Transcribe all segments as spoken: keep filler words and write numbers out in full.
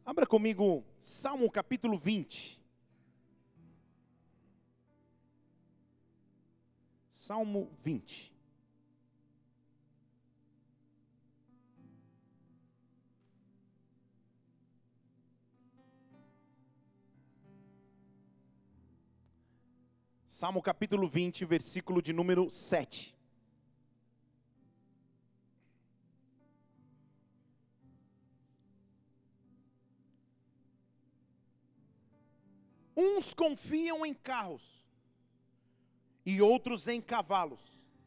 Abra comigo Salmo capítulo vinte. Salmo vinte. Salmo capítulo vinte, versículo de número sete. Uns confiam em carros e outros em cavalos,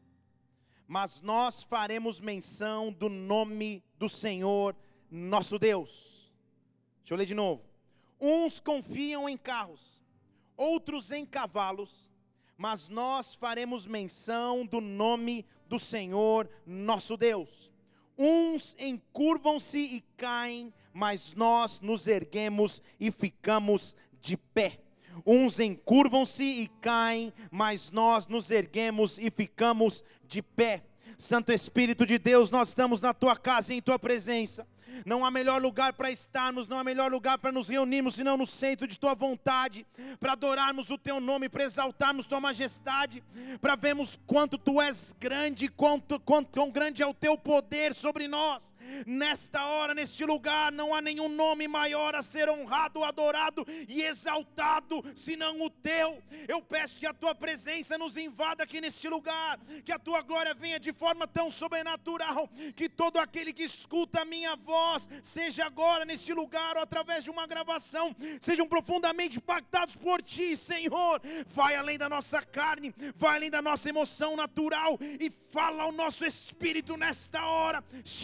mas nós faremos menção do nome do Senhor nosso Deus. Deixa eu ler de novo. Uns confiam em carros, outros em cavalos, mas nós faremos menção do nome do Senhor nosso Deus. Uns encurvam-se e caem, mas nós nos erguemos e ficamos de pé. Uns encurvam-se e caem, mas nós nos erguemos e ficamos de pé. Santo Espírito de Deus, nós estamos na tua casa e em tua presença. Não há melhor lugar para estarmos, não há melhor lugar para nos reunirmos, senão no centro de tua vontade, para adorarmos o teu nome, para exaltarmos tua majestade, para vermos quanto tu és grande, quanto, quanto quão grande é o teu poder sobre nós. Nesta hora, neste lugar, não há nenhum nome maior a ser honrado, adorado e exaltado, senão o teu. Eu peço que a tua presença nos invada aqui neste lugar, que a tua glória venha de forma tão sobrenatural, que todo aquele que escuta a minha voz, seja agora neste lugar ou através de uma gravação, sejam profundamente impactados por ti, Senhor. Vai além da nossa carne, vai além da nossa emoção natural e fala ao nosso espírito nesta hora.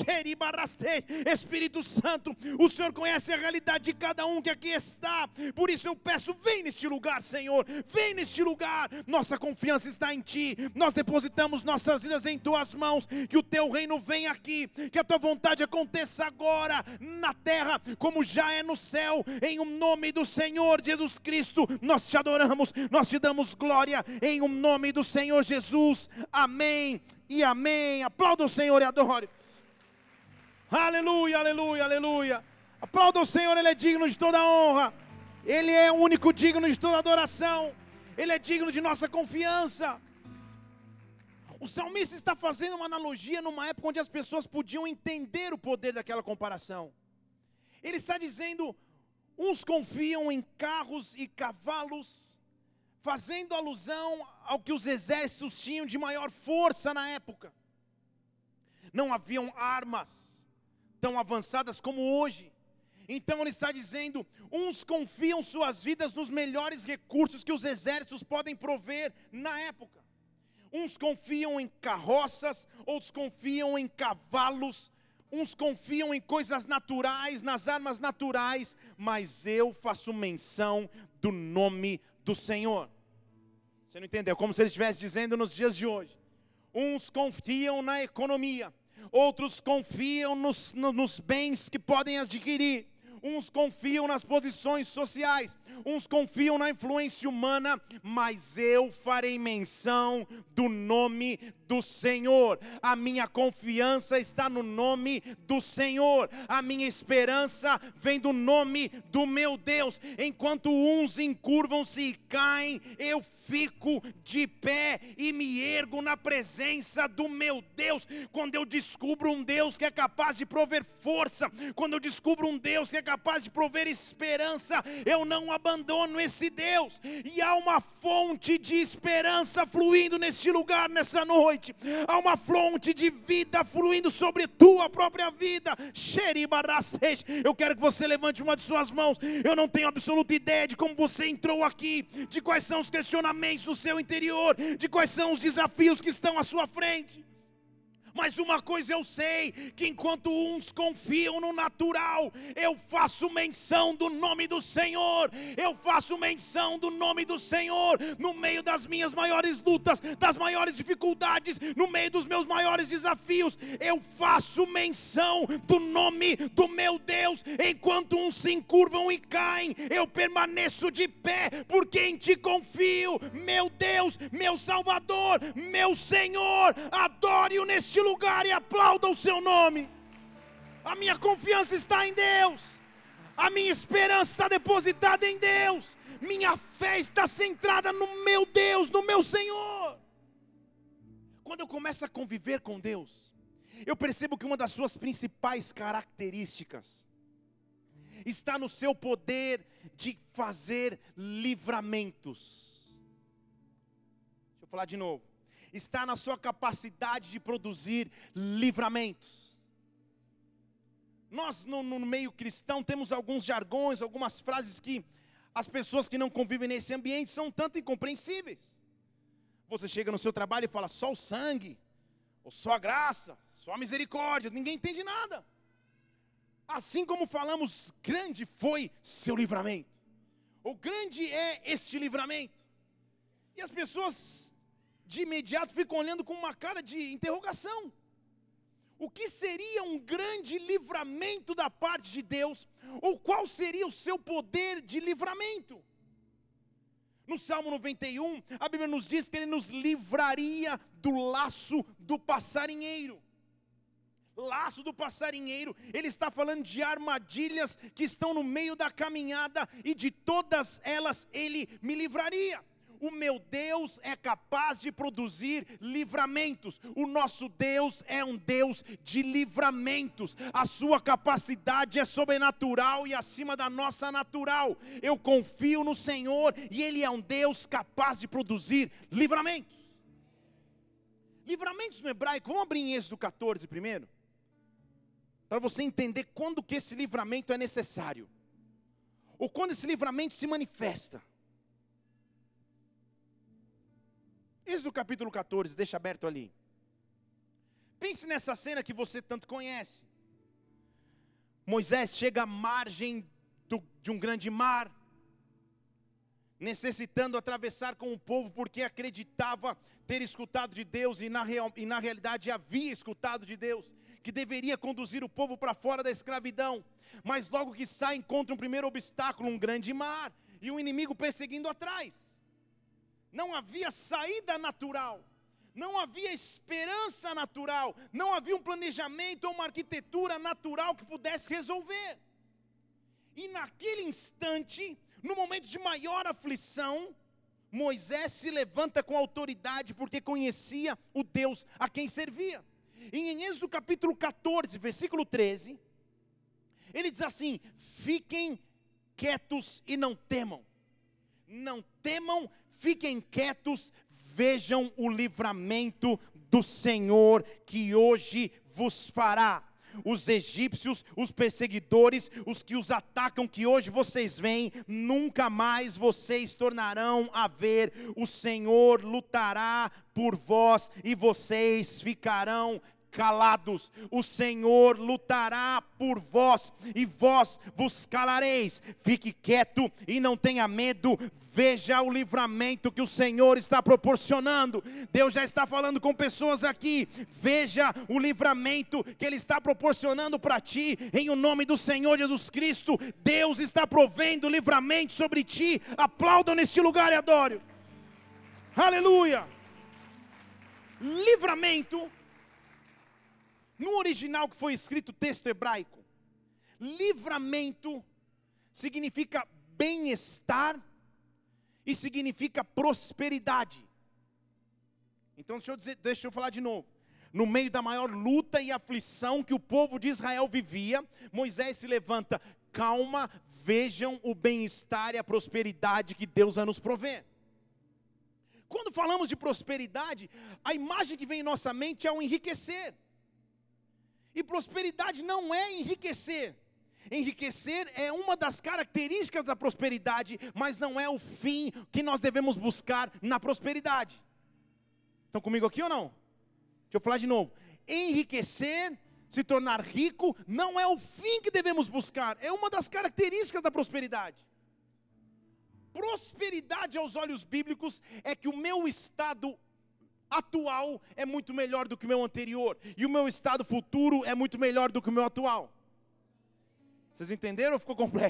Espírito Santo, o Senhor conhece a realidade de cada um que aqui está, por isso eu peço, vem neste lugar, Senhor, vem neste lugar. Nossa confiança está em ti, nós depositamos nossas vidas em tuas mãos, que o teu reino venha aqui, que a tua vontade aconteça agora na terra como já é no céu, em o nome do Senhor Jesus Cristo. Nós te adoramos, nós te damos glória em o nome do Senhor Jesus, amém e amém. Aplauda o Senhor e adore. Aleluia, aleluia, aleluia. Aplauda o Senhor, Ele é digno de toda honra, Ele é o único digno de toda adoração, Ele é digno de nossa confiança. O salmista está fazendo uma analogia numa época onde as pessoas podiam entender o poder daquela comparação. Ele está dizendo, uns confiam em carros e cavalos, fazendo alusão ao que os exércitos tinham de maior força na época. Não haviam armas tão avançadas como hoje. Então ele está dizendo, uns confiam suas vidas nos melhores recursos que os exércitos podem prover na época. Uns confiam em carroças, outros confiam em cavalos, uns confiam em coisas naturais, nas armas naturais, mas eu faço menção do nome do Senhor. Você não entendeu? Como se ele estivesse dizendo nos dias de hoje. Uns confiam na economia, outros confiam nos, nos bens que podem adquirir. Uns confiam nas posições sociais, uns confiam na influência humana, mas eu farei menção do nome do Senhor. A minha confiança está no nome do Senhor, a minha esperança vem do nome do meu Deus. Enquanto uns encurvam-se e caem, eu fico de pé e me ergo na presença do meu Deus. Quando eu descubro um Deus que é capaz de prover força, quando eu descubro um Deus que é capaz de prover esperança, eu não abandono esse Deus. E há uma fonte de esperança fluindo neste lugar nessa noite. Há uma fonte de vida fluindo sobre tua própria vida. Eu quero que você levante uma de suas mãos. Eu não tenho absoluta ideia de como você entrou aqui, de quais são os questionamentos no seu interior, de quais são os desafios que estão à sua frente. Mas uma coisa eu sei, que enquanto uns confiam no natural, eu faço menção do nome do Senhor, eu faço menção do nome do Senhor, no meio das minhas maiores lutas, das maiores dificuldades, no meio dos meus maiores desafios, eu faço menção do nome do meu Deus. Enquanto uns se encurvam e caem, eu permaneço de pé, porque em ti confio, meu Deus, meu Salvador, meu Senhor. Adore-o neste lugar e aplauda o seu nome. A minha confiança está em Deus. A A minha esperança está depositada em Deus. Minha fé está centrada no meu Deus, no meu Senhor. Quando eu começo a conviver com Deus, eu percebo que uma das suas principais características está no seu poder de fazer livramentos. Deixa eu falar de novo. Está na sua capacidade de produzir livramentos. Nós no, no meio cristão temos alguns jargões, algumas frases que as pessoas que não convivem nesse ambiente são um tanto incompreensíveis. Você chega no seu trabalho e fala só o sangue, ou só a graça, só a misericórdia, ninguém entende nada. Assim como falamos, grande foi seu livramento, ou grande é este livramento. E as pessoas de imediato ficam olhando com uma cara de interrogação. O que seria um grande livramento da parte de Deus? Ou qual seria o seu poder de livramento? No Salmo noventa e um, a Bíblia nos diz que Ele nos livraria do laço do passarinheiro. Laço do passarinheiro, Ele está falando de armadilhas que estão no meio da caminhada, e de todas elas Ele me livraria. O meu Deus é capaz de produzir livramentos. O nosso Deus é um Deus de livramentos. A sua capacidade é sobrenatural e acima da nossa natural. Eu confio no Senhor e Ele é um Deus capaz de produzir livramentos. Livramentos no hebraico, vamos abrir em Êxodo catorze primeiro, para você entender quando que esse livramento é necessário, ou quando esse livramento se manifesta. Êxodo capítulo catorze, deixa aberto ali. Pense nessa cena que você tanto conhece. Moisés chega à margem do, de um grande mar, necessitando atravessar com o povo, porque acreditava ter escutado de Deus, e na, real, e na realidade havia escutado de Deus, que deveria conduzir o povo para fora da escravidão. Mas logo que sai, encontra um primeiro obstáculo, um grande mar, e um inimigo perseguindo atrás. Não havia saída natural, não havia esperança natural, não havia um planejamento ou uma arquitetura natural que pudesse resolver. E naquele instante, no momento de maior aflição, Moisés se levanta com autoridade, porque conhecia o Deus a quem servia. E em Êxodo capítulo catorze, versículo treze, ele diz assim: fiquem quietos e não temam. Não temam, fiquem quietos, vejam o livramento do Senhor que hoje vos fará. Os egípcios, os perseguidores, os que os atacam, que hoje vocês veem, nunca mais vocês tornarão a ver. O Senhor lutará por vós e vocês ficarão calados. O Senhor lutará por vós e vós vos calareis. Fique quieto e não tenha medo. Veja o livramento que o Senhor está proporcionando. Deus já está falando com pessoas aqui. Veja o livramento que Ele está proporcionando para ti, em o nome do Senhor Jesus Cristo. Deus está provendo livramento sobre ti. Aplaudam neste lugar e adore. Aleluia. Livramento, no original que foi escrito o texto hebraico, livramento significa bem-estar e significa prosperidade. Então deixa eu dizer, deixa eu falar de novo. No meio da maior luta e aflição que o povo de Israel vivia, Moisés se levanta: calma, vejam o bem-estar e a prosperidade que Deus vai nos prover. Quando falamos de prosperidade, a imagem que vem em nossa mente é o enriquecer. E prosperidade não é enriquecer. Enriquecer é uma das características da prosperidade, mas não é o fim que nós devemos buscar na prosperidade. Estão comigo aqui ou não? Deixa eu falar de novo. Enriquecer, se tornar rico, não é o fim que devemos buscar, é uma das características da prosperidade. Prosperidade aos olhos bíblicos é que o meu estado atual é muito melhor do que o meu anterior, e o meu estado futuro é muito melhor do que o meu atual. Vocês entenderam ou ficou complexo?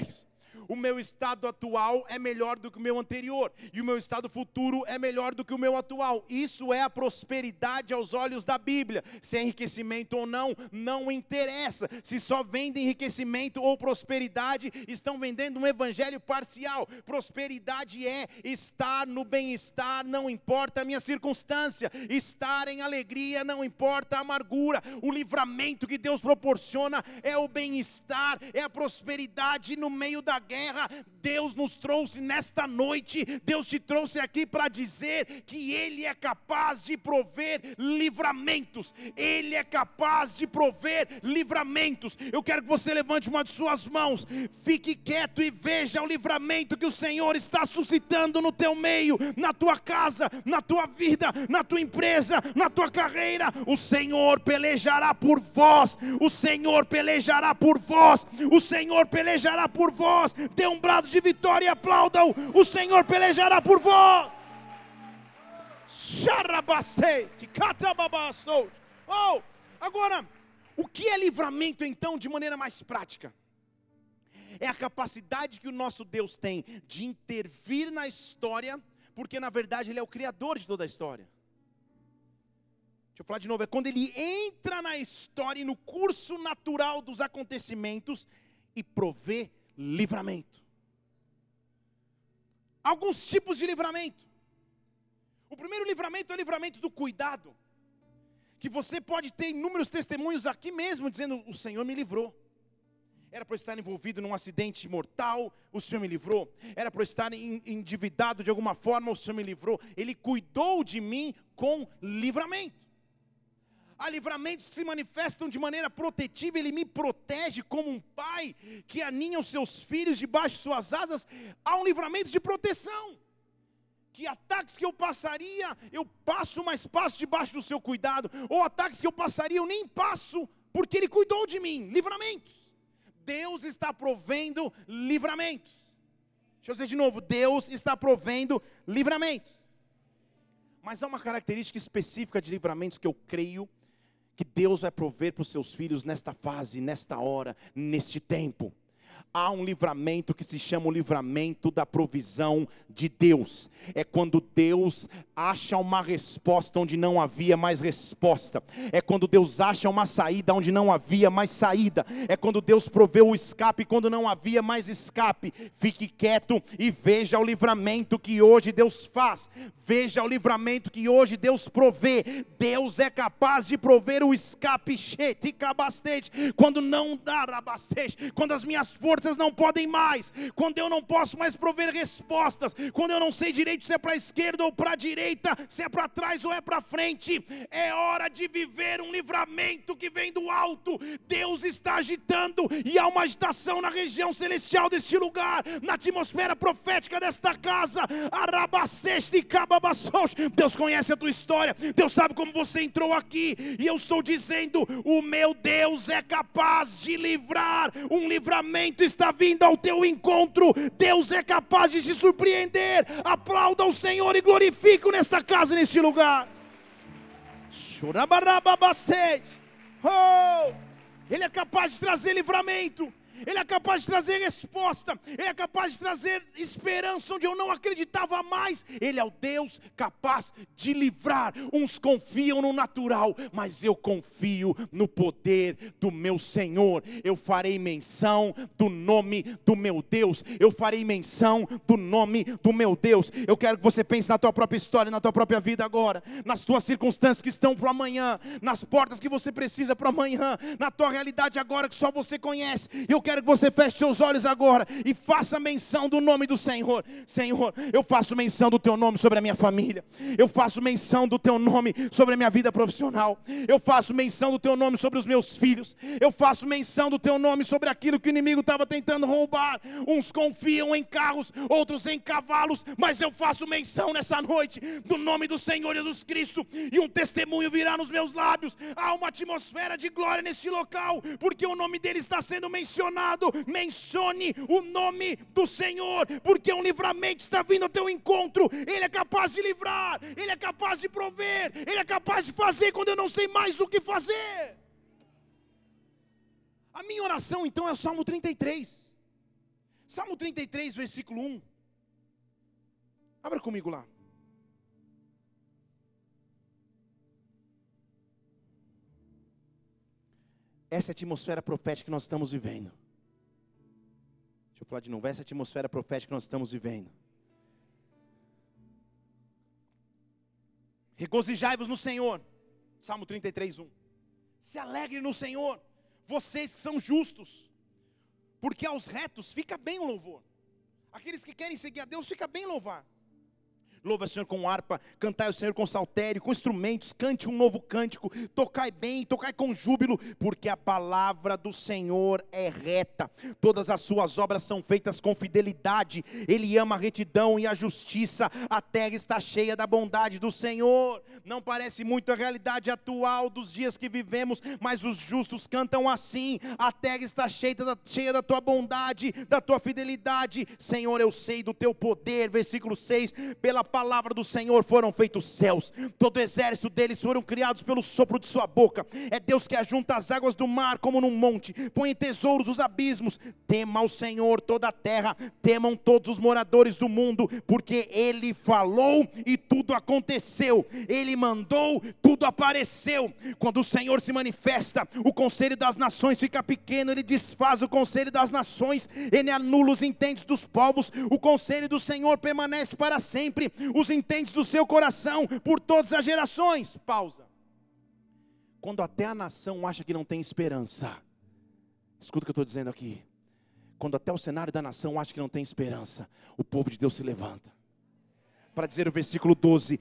O meu estado atual é melhor do que o meu anterior, e o meu estado futuro é melhor do que o meu atual. Isso é a prosperidade aos olhos da Bíblia. Se é enriquecimento ou não, não interessa. Se só vendem enriquecimento ou prosperidade, estão vendendo um evangelho parcial. Prosperidade é estar no bem-estar, não importa a minha circunstância. Estar em alegria, não importa a amargura. O livramento que Deus proporciona é o bem-estar, é a prosperidade no meio da guerra. Deus nos trouxe nesta noite, Deus te trouxe aqui para dizer que Ele é capaz de prover livramentos, Ele é capaz de prover livramentos. Eu quero que você levante uma de suas mãos, fique quieto e veja o livramento que o Senhor está suscitando no teu meio, na tua casa, na tua vida, na tua empresa, na tua carreira. O Senhor pelejará por vós, o Senhor pelejará por vós, o Senhor pelejará por vós. Dê um brado de vitória e aplaudam. O Senhor pelejará por vós. Oh, agora, o que é livramento então de maneira mais prática? É a capacidade que o nosso Deus tem de intervir na história, porque na verdade Ele é o Criador de toda a história. Deixa eu falar de novo, é quando Ele entra na história e no curso natural dos acontecimentos e provê livramento. Alguns tipos de livramento. O primeiro livramento é o livramento do cuidado, que você pode ter inúmeros testemunhos aqui mesmo, dizendo, o Senhor me livrou. Era para eu estar envolvido num acidente mortal, o Senhor me livrou. Era para eu estar endividado de alguma forma, o Senhor me livrou. Ele cuidou de mim com livramento. Há livramentos que se manifestam de maneira protetiva. Ele me protege como um pai que aninha os seus filhos debaixo de suas asas. Há um livramento de proteção, que ataques que eu passaria, eu passo, mas passo debaixo do seu cuidado. Ou ataques que eu passaria, eu nem passo, porque Ele cuidou de mim. Livramentos. Deus está provendo livramentos. Deixa eu dizer de novo, Deus está provendo livramentos. Mas há uma característica específica de livramentos que eu creio que Deus vai prover para os seus filhos nesta fase, nesta hora, neste tempo. Há um livramento que se chama o livramento da provisão de Deus. É quando Deus acha uma resposta onde não havia mais resposta. É quando Deus acha uma saída onde não havia mais saída. É quando Deus proveu o escape quando não havia mais escape. Fique quieto e veja o livramento que hoje Deus faz. Veja o livramento que hoje Deus provê. Deus é capaz de prover o escape quando não dá rabastete, quando as minhas forças não podem mais, quando eu não posso mais prover respostas, quando eu não sei direito se é para a esquerda ou para a direita, se é para trás ou é para frente. É hora de viver um livramento que vem do alto. Deus está agitando e há uma agitação na região celestial deste lugar, na atmosfera profética desta casa. Deus conhece a tua história, Deus sabe como você entrou aqui, e eu estou dizendo, o meu Deus é capaz de livrar. Um livramento está vindo ao teu encontro. Deus é capaz de te surpreender. Aplauda o Senhor e glorifique-o nesta casa, neste lugar. Oh, Ele é capaz de trazer livramento. Ele é capaz de trazer resposta. Ele é capaz de trazer esperança onde eu não acreditava mais. Ele é o Deus capaz de livrar. Uns confiam no natural, mas eu confio no poder do meu Senhor. Eu farei menção do nome do meu Deus. Eu farei menção do nome do meu Deus. Eu quero que você pense na tua própria história, na tua própria vida agora, nas tuas circunstâncias que estão para o amanhã, nas portas que você precisa para o amanhã, na tua realidade agora que só você conhece. Eu quero Quero que você feche seus olhos agora e faça menção do nome do Senhor. Senhor, eu faço menção do teu nome sobre a minha família. Eu faço menção do teu nome sobre a minha vida profissional. Eu faço menção do teu nome sobre os meus filhos. Eu faço menção do teu nome sobre aquilo que o inimigo estava tentando roubar. Uns confiam em carros, outros em cavalos, mas eu faço menção nessa noite do nome do Senhor Jesus Cristo, e um testemunho virá nos meus lábios. Há uma atmosfera de glória neste local, porque o nome dele está sendo mencionado. Mencione o nome do Senhor, porque um livramento está vindo ao teu encontro. Ele é capaz de livrar, Ele é capaz de prover, Ele é capaz de fazer quando eu não sei mais o que fazer. A minha oração então é o Salmo trinta e três. Salmo trinta e três, versículo um. Abra comigo lá. Essa é a atmosfera profética que nós estamos vivendo. Deixa eu falar de novo. Essa é a atmosfera profética que nós estamos vivendo. Regozijai-vos no Senhor. Salmo trinta e três, um. Se alegre no Senhor, vocês que são justos, porque aos retos fica bem o louvor. Aqueles que querem seguir a Deus, fica bem louvar. Louva o Senhor com harpa, cantai o Senhor com saltério, com instrumentos, cante um novo cântico, tocai bem, tocai com júbilo, porque a palavra do Senhor é reta, todas as suas obras são feitas com fidelidade, Ele ama a retidão e a justiça, a terra está cheia da bondade do Senhor. Não parece muito a realidade atual dos dias que vivemos, mas os justos cantam assim: a terra está cheia da, cheia da tua bondade, da tua fidelidade. Senhor, eu sei do teu poder. Versículo seis, pela palavra do Senhor foram feitos os céus, todo o exército deles foram criados pelo sopro de sua boca. É Deus que ajunta as águas do mar como num monte, põe tesouros nos abismos. Tema ao Senhor toda a terra, temam todos os moradores do mundo, porque Ele falou e tudo aconteceu, Ele mandou, tudo apareceu. Quando o Senhor se manifesta, o conselho das nações fica pequeno, Ele desfaz o conselho das nações, Ele anula os intentes dos povos. O conselho do Senhor permanece para sempre, os intentes do seu coração por todas as gerações. Pausa. Quando até a nação acha que não tem esperança, escuta o que eu estou dizendo aqui. Quando até o cenário da nação acha que não tem esperança, o povo de Deus se levanta para dizer o versículo doze: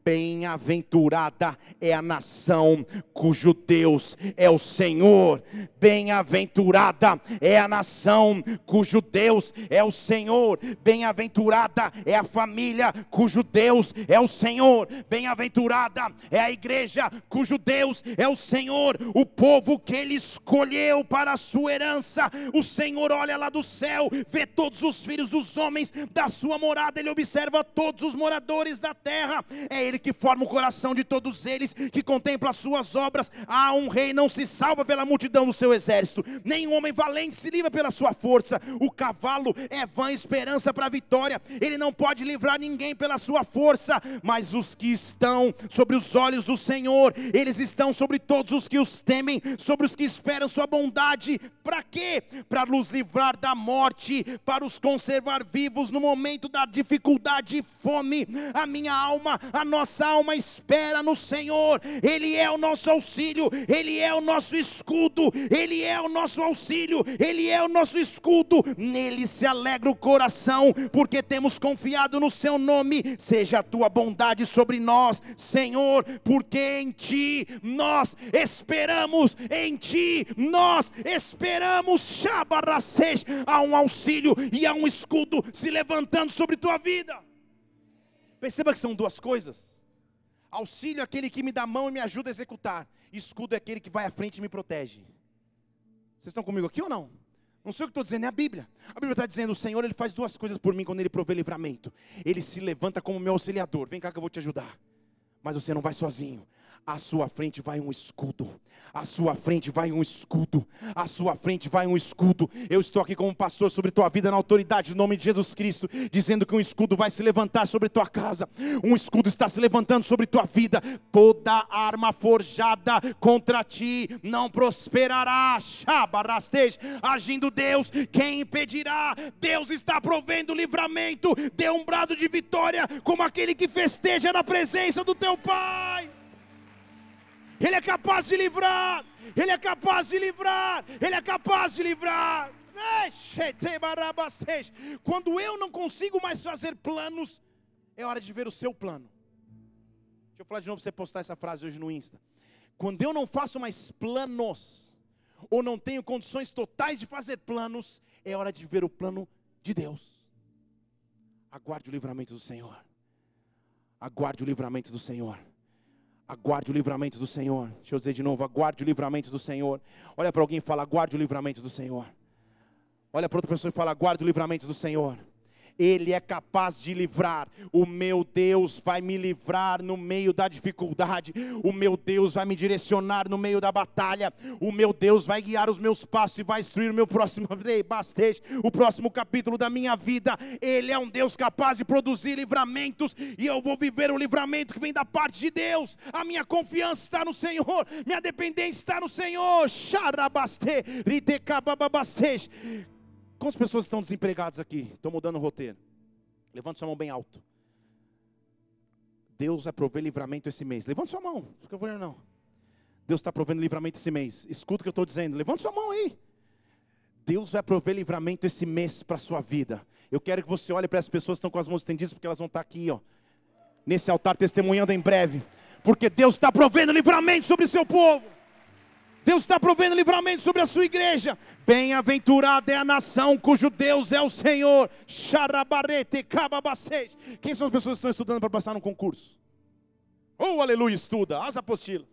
bem-aventurada é a nação cujo Deus é o Senhor. Bem-aventurada é a nação cujo Deus é o Senhor. Bem-aventurada é a família cujo Deus é o Senhor. Bem-aventurada é a igreja cujo Deus é o Senhor. O povo que Ele escolheu para a sua herança. O Senhor olha lá do céu, vê todos os filhos dos homens da sua morada. Ele observa todos os moradores da terra. É Ele que forma o coração de todos eles, que contempla as suas obras. Ah, um rei não se salva pela multidão do seu exército, nem um homem valente se livra pela sua força. O cavalo é vã esperança para a vitória, ele não pode livrar ninguém pela sua força, mas os que estão sobre os olhos do Senhor, eles estão sobre todos os que os temem, sobre os que esperam sua bondade. Para quê? Para nos livrar da morte, para os conservar vivos no momento da dificuldade e fome. A minha alma, a nossa Nossa alma espera no Senhor. Ele é o nosso auxílio, Ele é o nosso escudo, Ele é o nosso auxílio, Ele é o nosso escudo. Nele se alegra o coração, porque temos confiado no Seu nome. Seja a Tua bondade sobre nós, Senhor, porque em Ti nós esperamos, em Ti nós esperamos. Shabaracês, há um auxílio e há um escudo se levantando sobre tua vida. Perceba que são duas coisas. Auxílio é aquele que me dá a mão e me ajuda a executar. Escudo é aquele que vai à frente e me protege. Vocês estão comigo aqui ou não? Não sei o que estou dizendo, é a Bíblia. A Bíblia está dizendo: o Senhor, Ele faz duas coisas por mim quando Ele provê livramento. Ele se levanta como meu auxiliador. Vem cá que eu vou te ajudar. Mas você não vai sozinho. À sua frente vai um escudo. À sua frente vai um escudo. À sua frente vai um escudo. Eu estou aqui como pastor sobre tua vida na autoridade do nome de Jesus Cristo, dizendo que um escudo vai se levantar sobre tua casa. Um escudo está se levantando sobre tua vida. Toda arma forjada contra ti não prosperará. Shabarastej, agindo Deus, quem impedirá? Deus está provendo livramento. Dê um brado de vitória como aquele que festeja na presença do teu Pai. Ele é capaz de livrar, Ele é capaz de livrar, Ele é capaz de livrar. Quando eu não consigo mais fazer planos, é hora de ver o seu plano. Deixa eu falar de novo para você postar essa frase hoje no Insta. Quando eu não faço mais planos, ou não tenho condições totais de fazer planos, é hora de ver o plano de Deus. Aguarde o livramento do Senhor. Aguarde o livramento do Senhor. Aguarde o livramento do Senhor. Deixa eu dizer de novo: aguarde o livramento do Senhor. Olha para alguém e fala: aguarde o livramento do Senhor. Olha para outra pessoa e fala: aguarde o livramento do Senhor. Ele é capaz de livrar. O meu Deus vai me livrar no meio da dificuldade. O meu Deus vai me direcionar no meio da batalha. O meu Deus vai guiar os meus passos e vai instruir o meu próximo o próximo capítulo da minha vida. Ele é um Deus capaz de produzir livramentos, e eu vou viver o livramento que vem da parte de Deus. A minha confiança está no Senhor, minha dependência está no Senhor. Quantas pessoas estão desempregadas aqui? Estou mudando o roteiro. Levanta sua mão bem alto. Deus vai prover livramento esse mês. Levanta sua mão. Não fica vendo, não. Deus está provendo livramento esse mês. Escuta o que eu estou dizendo. Levanta sua mão aí. Deus vai prover livramento esse mês para a sua vida. Eu quero que você olhe para as pessoas que estão com as mãos estendidas, porque elas vão estar aqui, ó, nesse altar testemunhando em breve. Porque Deus está provendo livramento sobre o seu povo. Deus está provendo livramento sobre a sua igreja. Bem-aventurada é a nação cujo Deus é o Senhor. Quem são as pessoas que estão estudando para passar no concurso? Oh, aleluia, estuda, as apostilas.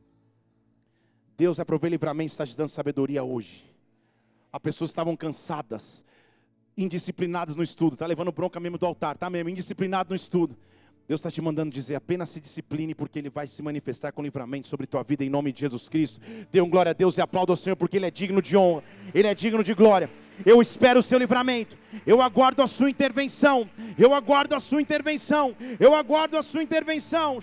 Deus vai prover livramento, está te dando sabedoria hoje. As pessoas estavam cansadas, indisciplinadas no estudo. Está levando bronca mesmo do altar, está mesmo, indisciplinado no estudo. Deus está te mandando dizer, apenas se discipline, porque Ele vai se manifestar com livramento sobre tua vida, em nome de Jesus Cristo. Dê um glória a Deus e aplauda ao Senhor, porque Ele é digno de honra, Ele é digno de glória. Eu espero o seu livramento, eu aguardo a sua intervenção, eu aguardo a sua intervenção, eu aguardo a sua intervenção.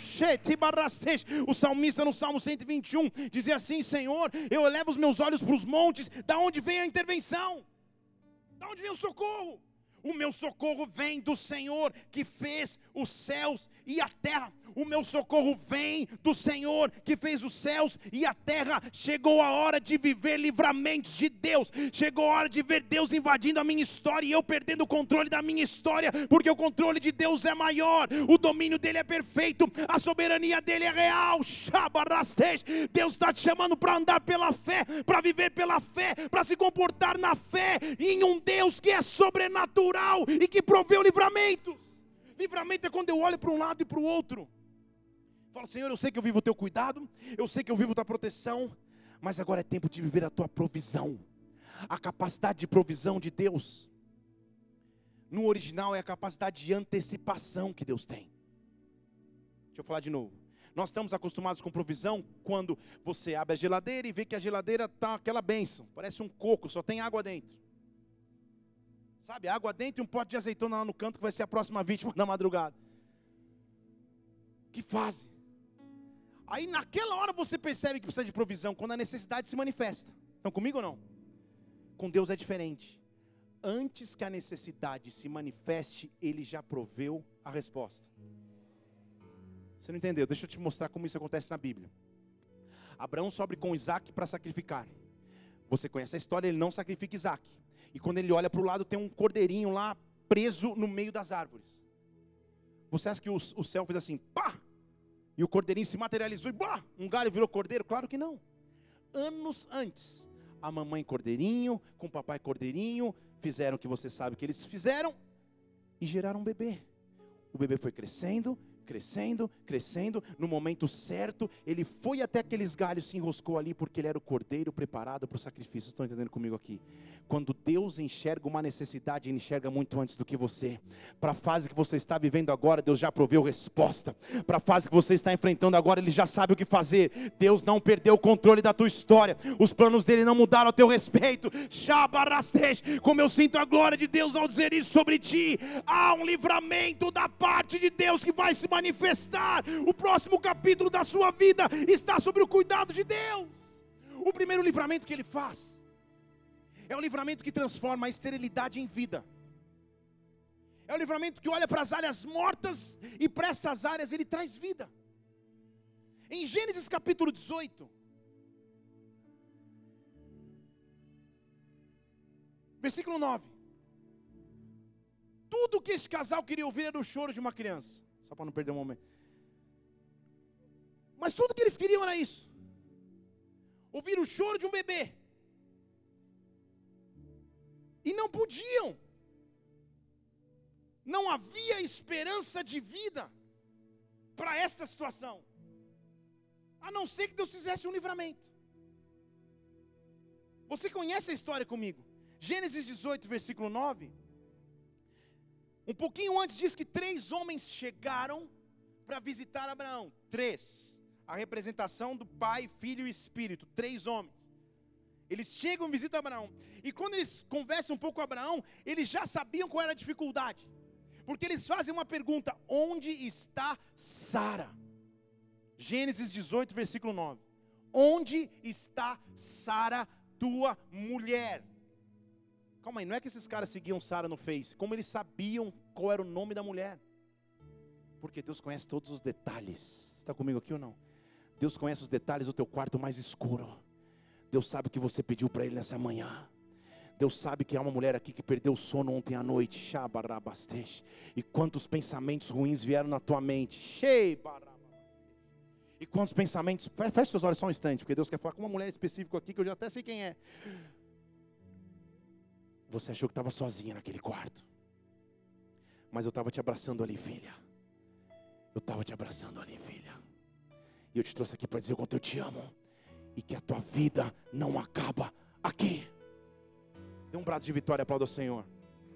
O salmista no Salmo cento e vinte e um, dizia assim: Senhor, eu elevo os meus olhos para os montes, da onde vem a intervenção? Da onde vem o socorro? O meu socorro vem do Senhor que fez os céus e a terra. O meu socorro vem do Senhor que fez os céus e a terra. Chegou a hora de viver livramentos de Deus. Chegou a hora de ver Deus invadindo a minha história e eu perdendo o controle da minha história, porque o controle de Deus é maior, o domínio dele é perfeito, a soberania dele é real. Deus está te chamando para andar pela fé, para viver pela fé, para se comportar na fé em um Deus que é sobrenatural e que proveu livramentos. Livramento é quando eu olho para um lado e para o outro. Falo, Senhor, eu sei que eu vivo o teu cuidado, eu sei que eu vivo a tua proteção, mas agora é tempo de viver a tua provisão. A capacidade de provisão de Deus, no original, é a capacidade de antecipação que Deus tem. Deixa eu falar de novo. Nós estamos acostumados com provisão quando você abre a geladeira e vê que a geladeira está aquela bênção, parece um coco, só tem água dentro. Sabe, água dentro e um pote de azeitona lá no canto que vai ser a próxima vítima da madrugada. Que fase. Aí naquela hora você percebe que precisa de provisão, quando a necessidade se manifesta. Estão comigo ou não? Com Deus é diferente. Antes que a necessidade se manifeste, Ele já proveu a resposta. Você não entendeu? Deixa eu te mostrar como isso acontece na Bíblia. Abraão sobe com Isaac para sacrificar. Você conhece a história, ele não sacrifica Isaac. E quando ele olha para o lado, tem um cordeirinho lá preso no meio das árvores. Você acha que o, o céu fez assim, pá! E o cordeirinho se materializou e blá! Um galho virou cordeiro? Claro que não. Anos antes, a mamãe cordeirinho, com o papai cordeirinho, fizeram o que você sabe que eles fizeram e geraram um bebê. O bebê foi crescendo, crescendo, crescendo, no momento certo, ele foi até aqueles galhos, se enroscou ali, porque ele era o cordeiro preparado para o sacrifício. Estão entendendo comigo aqui? Quando Deus enxerga uma necessidade, Ele enxerga muito antes do que você. Para a fase que você está vivendo agora, Deus já proveu resposta. Para a fase que você está enfrentando agora, Ele já sabe o que fazer. Deus não perdeu o controle da tua história, os planos dele não mudaram a teu respeito. Como eu sinto a glória de Deus ao dizer isso sobre ti. Há um livramento da parte de Deus que vai se manifestar. O próximo capítulo da sua vida está sobre o cuidado de Deus. O primeiro livramento que Ele faz é o livramento que transforma a esterilidade em vida. É o livramento que olha para as áreas mortas e para essas áreas Ele traz vida. Em Gênesis capítulo dezoito, versículo nove. Tudo que esse casal queria ouvir era o choro de uma criança. Só para não perder um momento. Mas tudo que eles queriam era isso. Ouvir o choro de um bebê. E não podiam. Não havia esperança de vida para esta situação. A não ser que Deus fizesse um livramento. Você conhece a história comigo? Gênesis dezoito, versículo nove. Um pouquinho antes diz que três homens chegaram para visitar Abraão. Três. A representação do Pai, Filho e Espírito. Três homens. Eles chegam e visitam Abraão. E quando eles conversam um pouco com Abraão, eles já sabiam qual era a dificuldade. Porque eles fazem uma pergunta: onde está Sara? Gênesis dezoito, versículo nove. Onde está Sara, tua mulher? Calma aí, não é que esses caras seguiam Sara no Face. Como eles sabiam qual era o nome da mulher? Porque Deus conhece todos os detalhes. Você está comigo aqui ou não? Deus conhece os detalhes do teu quarto mais escuro. Deus sabe o que você pediu para Ele nessa manhã. Deus sabe que há uma mulher aqui que perdeu o sono ontem à noite. E quantos pensamentos ruins vieram na tua mente. E quantos pensamentos... Feche seus olhos só um instante, porque Deus quer falar com uma mulher específica aqui, que eu já até sei quem é. Você achou que estava sozinha naquele quarto. Mas eu estava te abraçando ali, filha. Eu estava te abraçando ali, filha. E eu te trouxe aqui para dizer o quanto eu te amo. E que a tua vida não acaba aqui. Dê um brado de vitória, aplauda ao Senhor.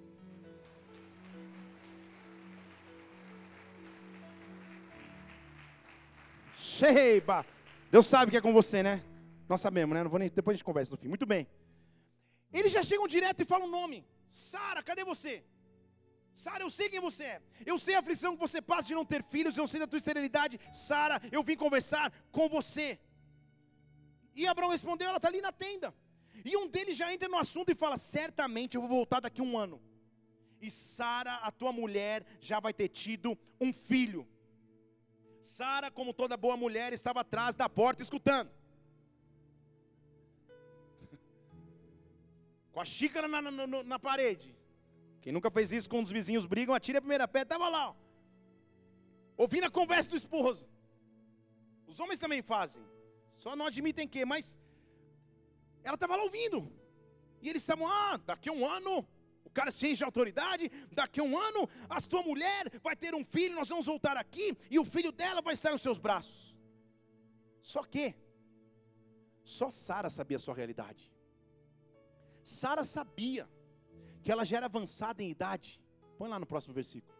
Sheiba. Deus sabe que é com você, né? Nós sabemos, né? Não vou nem... Depois a gente conversa no fim. Muito bem. Eles já chegam direto e falam o nome. Sara, cadê você? Sara, eu sei quem você é. Eu sei a aflição que você passa de não ter filhos. Eu sei da tua esterilidade. Sara, eu vim conversar com você. E Abraão respondeu, ela está ali na tenda. E um deles já entra no assunto e fala, certamente eu vou voltar daqui a um ano. E Sara, a tua mulher, já vai ter tido um filho. Sara, como toda boa mulher, estava atrás da porta escutando. Com a xícara na, na, na, na parede. Quem nunca fez isso quando os vizinhos brigam, atira a primeira pedra, estava lá. Ó, ouvindo a conversa do esposo. Os homens também fazem. Só não admitem que, mas ela estava lá ouvindo. E eles estavam, ah, daqui a um ano, o cara se enche de autoridade, daqui a um ano, a tua mulher vai ter um filho, nós vamos voltar aqui, e o filho dela vai estar nos seus braços. Só que, só Sara sabia a sua realidade. Sara sabia que ela já era avançada em idade. Põe lá no próximo versículo.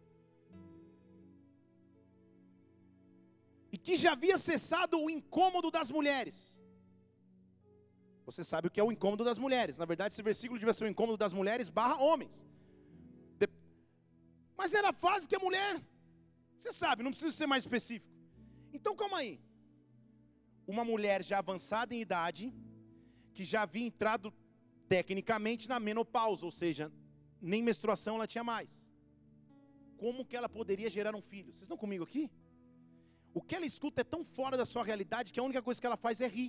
E que já havia cessado o incômodo das mulheres. Você sabe o que é o incômodo das mulheres. Na verdade, esse versículo devia ser o incômodo das mulheres barra homens. De... Mas era a fase que a mulher... Você sabe, não precisa ser mais específico. Então, calma aí. Uma mulher já avançada em idade, que já havia entrado tecnicamente na menopausa, ou seja, nem menstruação ela tinha mais. Como que ela poderia gerar um filho? Vocês estão comigo aqui? O que ela escuta é tão fora da sua realidade que a única coisa que ela faz é rir.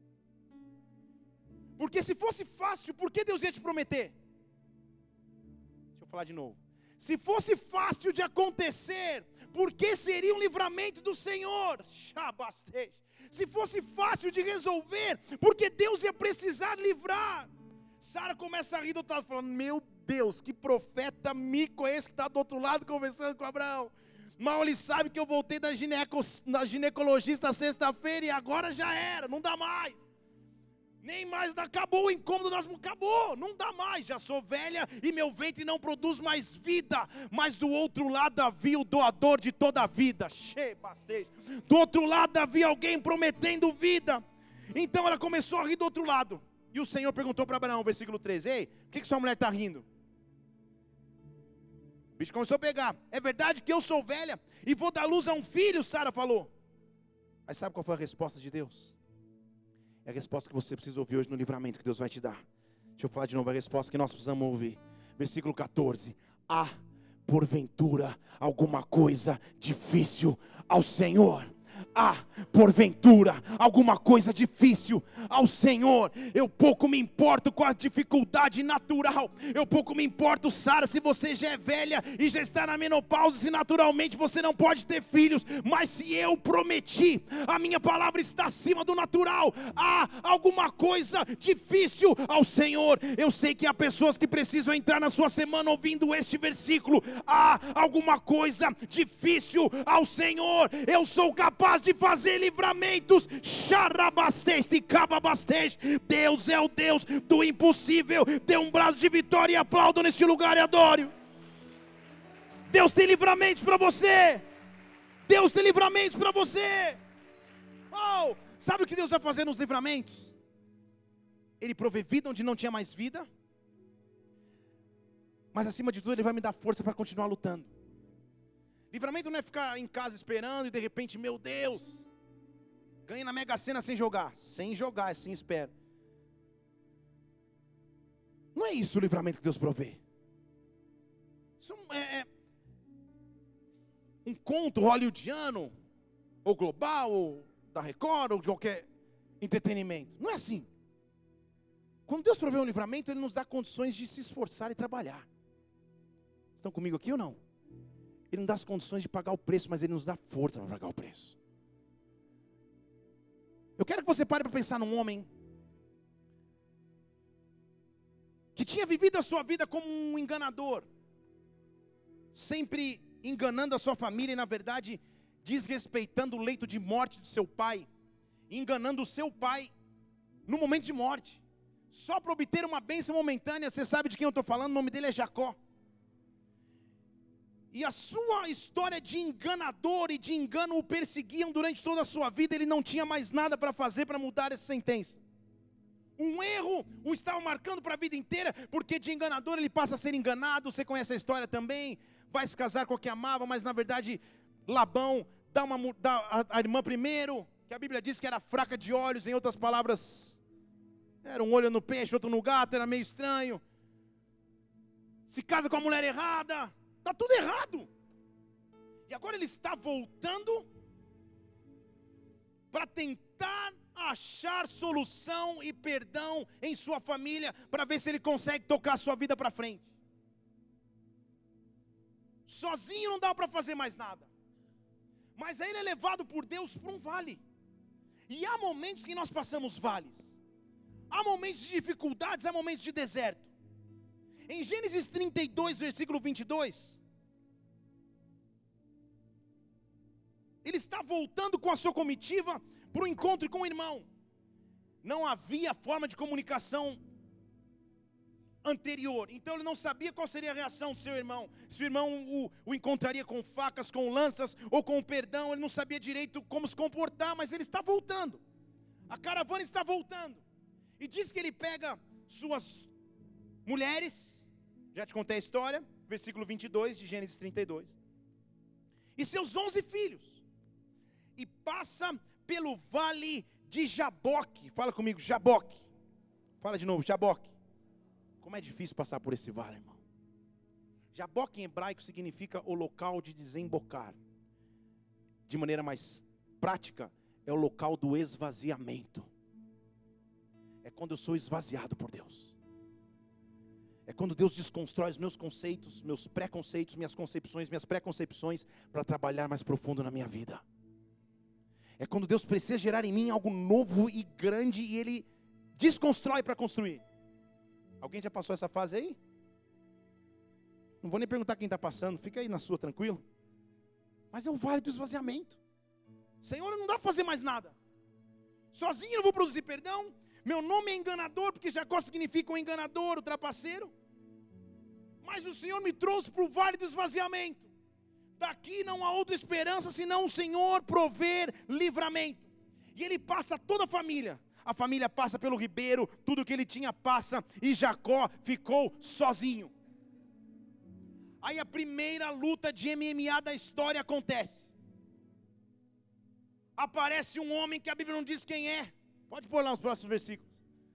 Porque se fosse fácil, por que Deus ia te prometer? Deixa eu falar de novo. Se fosse fácil de acontecer, por que seria um livramento do Senhor? Se fosse fácil de resolver, porque Deus ia precisar livrar. Sara começa a rir do outro lado, falando, meu Deus, que profeta mico é esse que está do outro lado conversando com Abraão? Mal ele sabe que eu voltei da, gineco, da ginecologista sexta-feira e agora já era, não dá mais. Nem mais, acabou o incômodo das mulheres, acabou, não dá mais. Já sou velha e meu ventre não produz mais vida. Mas do outro lado havia o doador de toda a vida. Do outro lado havia alguém prometendo vida. Então ela começou a rir do outro lado. E o Senhor perguntou para Abraão, versículo treze, ei, por que, que sua mulher está rindo? O bicho começou a pegar. É verdade que eu sou velha e vou dar luz a um filho, Sara falou. Mas sabe qual foi a resposta de Deus? É a resposta que você precisa ouvir hoje no livramento que Deus vai te dar. Deixa eu falar de novo a resposta que nós precisamos ouvir. Versículo catorze. Há, porventura, alguma coisa difícil ao Senhor? Há, porventura, alguma coisa difícil ao Senhor? Eu pouco me importo com a dificuldade natural. Eu pouco me importo, Sara, se você já é velha e já está na menopausa, se naturalmente você não pode ter filhos. Mas se eu prometi, a minha palavra está acima do natural. Há alguma coisa difícil ao Senhor. Eu sei que há pessoas que precisam entrar na sua semana ouvindo este versículo. Há alguma coisa difícil ao Senhor. Eu sou capaz de fazer livramentos. Deus é o Deus do impossível. Dê um brado de vitória e aplaudo neste lugar e adore. Deus tem livramentos para você. Deus tem livramentos para você. Oh, sabe o que Deus vai fazer nos livramentos? Ele provê vida onde não tinha mais vida. Mas acima de tudo Ele vai me dar força para continuar lutando. Livramento não é ficar em casa esperando e de repente, meu Deus, ganha na Mega Sena sem jogar. Sem jogar, é sem espera. Não é isso o livramento que Deus provê. Isso é, é um conto hollywoodiano, ou global, ou da Record, ou de qualquer entretenimento. Não é assim. Quando Deus provê um livramento, Ele nos dá condições de se esforçar e trabalhar. Estão comigo aqui ou não? Ele nos dá as condições de pagar o preço, mas Ele nos dá força para pagar o preço. Eu quero que você pare para pensar num homem que tinha vivido a sua vida como um enganador, sempre enganando a sua família e na verdade desrespeitando o leito de morte de seu pai, enganando o seu pai no momento de morte, só para obter uma bênção momentânea. Você sabe de quem eu estou falando? O nome dele é Jacó. E a sua história de enganador e de engano o perseguiam durante toda a sua vida. Ele não tinha mais nada para fazer para mudar essa sentença. Um erro o estava marcando para a vida inteira, porque de enganador ele passa a ser enganado. Você conhece a história também. Vai se casar com a que amava, mas na verdade Labão dá, uma, dá a, a irmã primeiro, que a Bíblia diz que era fraca de olhos. Em outras palavras, era um olho no peixe, outro no gato, era meio estranho. Se casa com a mulher errada, está tudo errado. E agora ele está voltando para tentar achar solução e perdão em sua família, para ver se ele consegue tocar a sua vida para frente. Sozinho não dá para fazer mais nada. Mas aí ele é levado por Deus para um vale. E há momentos que nós passamos vales. Há momentos de dificuldades, há momentos de deserto. Em Gênesis trinta e dois, versículo vinte e dois, ele está voltando com a sua comitiva para o encontro com o irmão. Não havia forma de comunicação anterior, então ele não sabia qual seria a reação do seu irmão. Se o irmão o, o encontraria com facas, com lanças ou com perdão. Ele não sabia direito como se comportar, mas ele está voltando. A caravana está voltando. E diz que ele pega suas mulheres, já te contei a história, versículo vinte e dois de Gênesis trinta e dois, e seus onze filhos, e passa pelo vale de Jaboque. Fala comigo, Jaboque. Fala de novo, Jaboque. Como é difícil passar por esse vale, irmão. Jaboque em hebraico significa o local de desembocar. De maneira mais prática, é o local do esvaziamento. É quando eu sou esvaziado por Deus. É quando Deus desconstrói os meus conceitos, meus preconceitos, minhas concepções, minhas preconcepções, para trabalhar mais profundo na minha vida. É quando Deus precisa gerar em mim algo novo e grande e Ele desconstrói para construir. Alguém já passou essa fase aí? Não vou nem perguntar quem está passando, fica aí na sua, tranquilo. Mas é o vale do esvaziamento. Senhor, não dá para fazer mais nada. Sozinho eu não vou produzir perdão. Meu nome é enganador, porque Jacó significa um enganador, o trapaceiro. Mas o Senhor me trouxe para o vale do esvaziamento. Daqui não há outra esperança senão o Senhor prover livramento. E ele passa toda a família. A família passa pelo ribeiro, tudo que ele tinha passa, e Jacó ficou sozinho. Aí a primeira luta de M M A da história acontece. Aparece um homem que a Bíblia não diz quem é. Pode pôr lá os próximos versículos.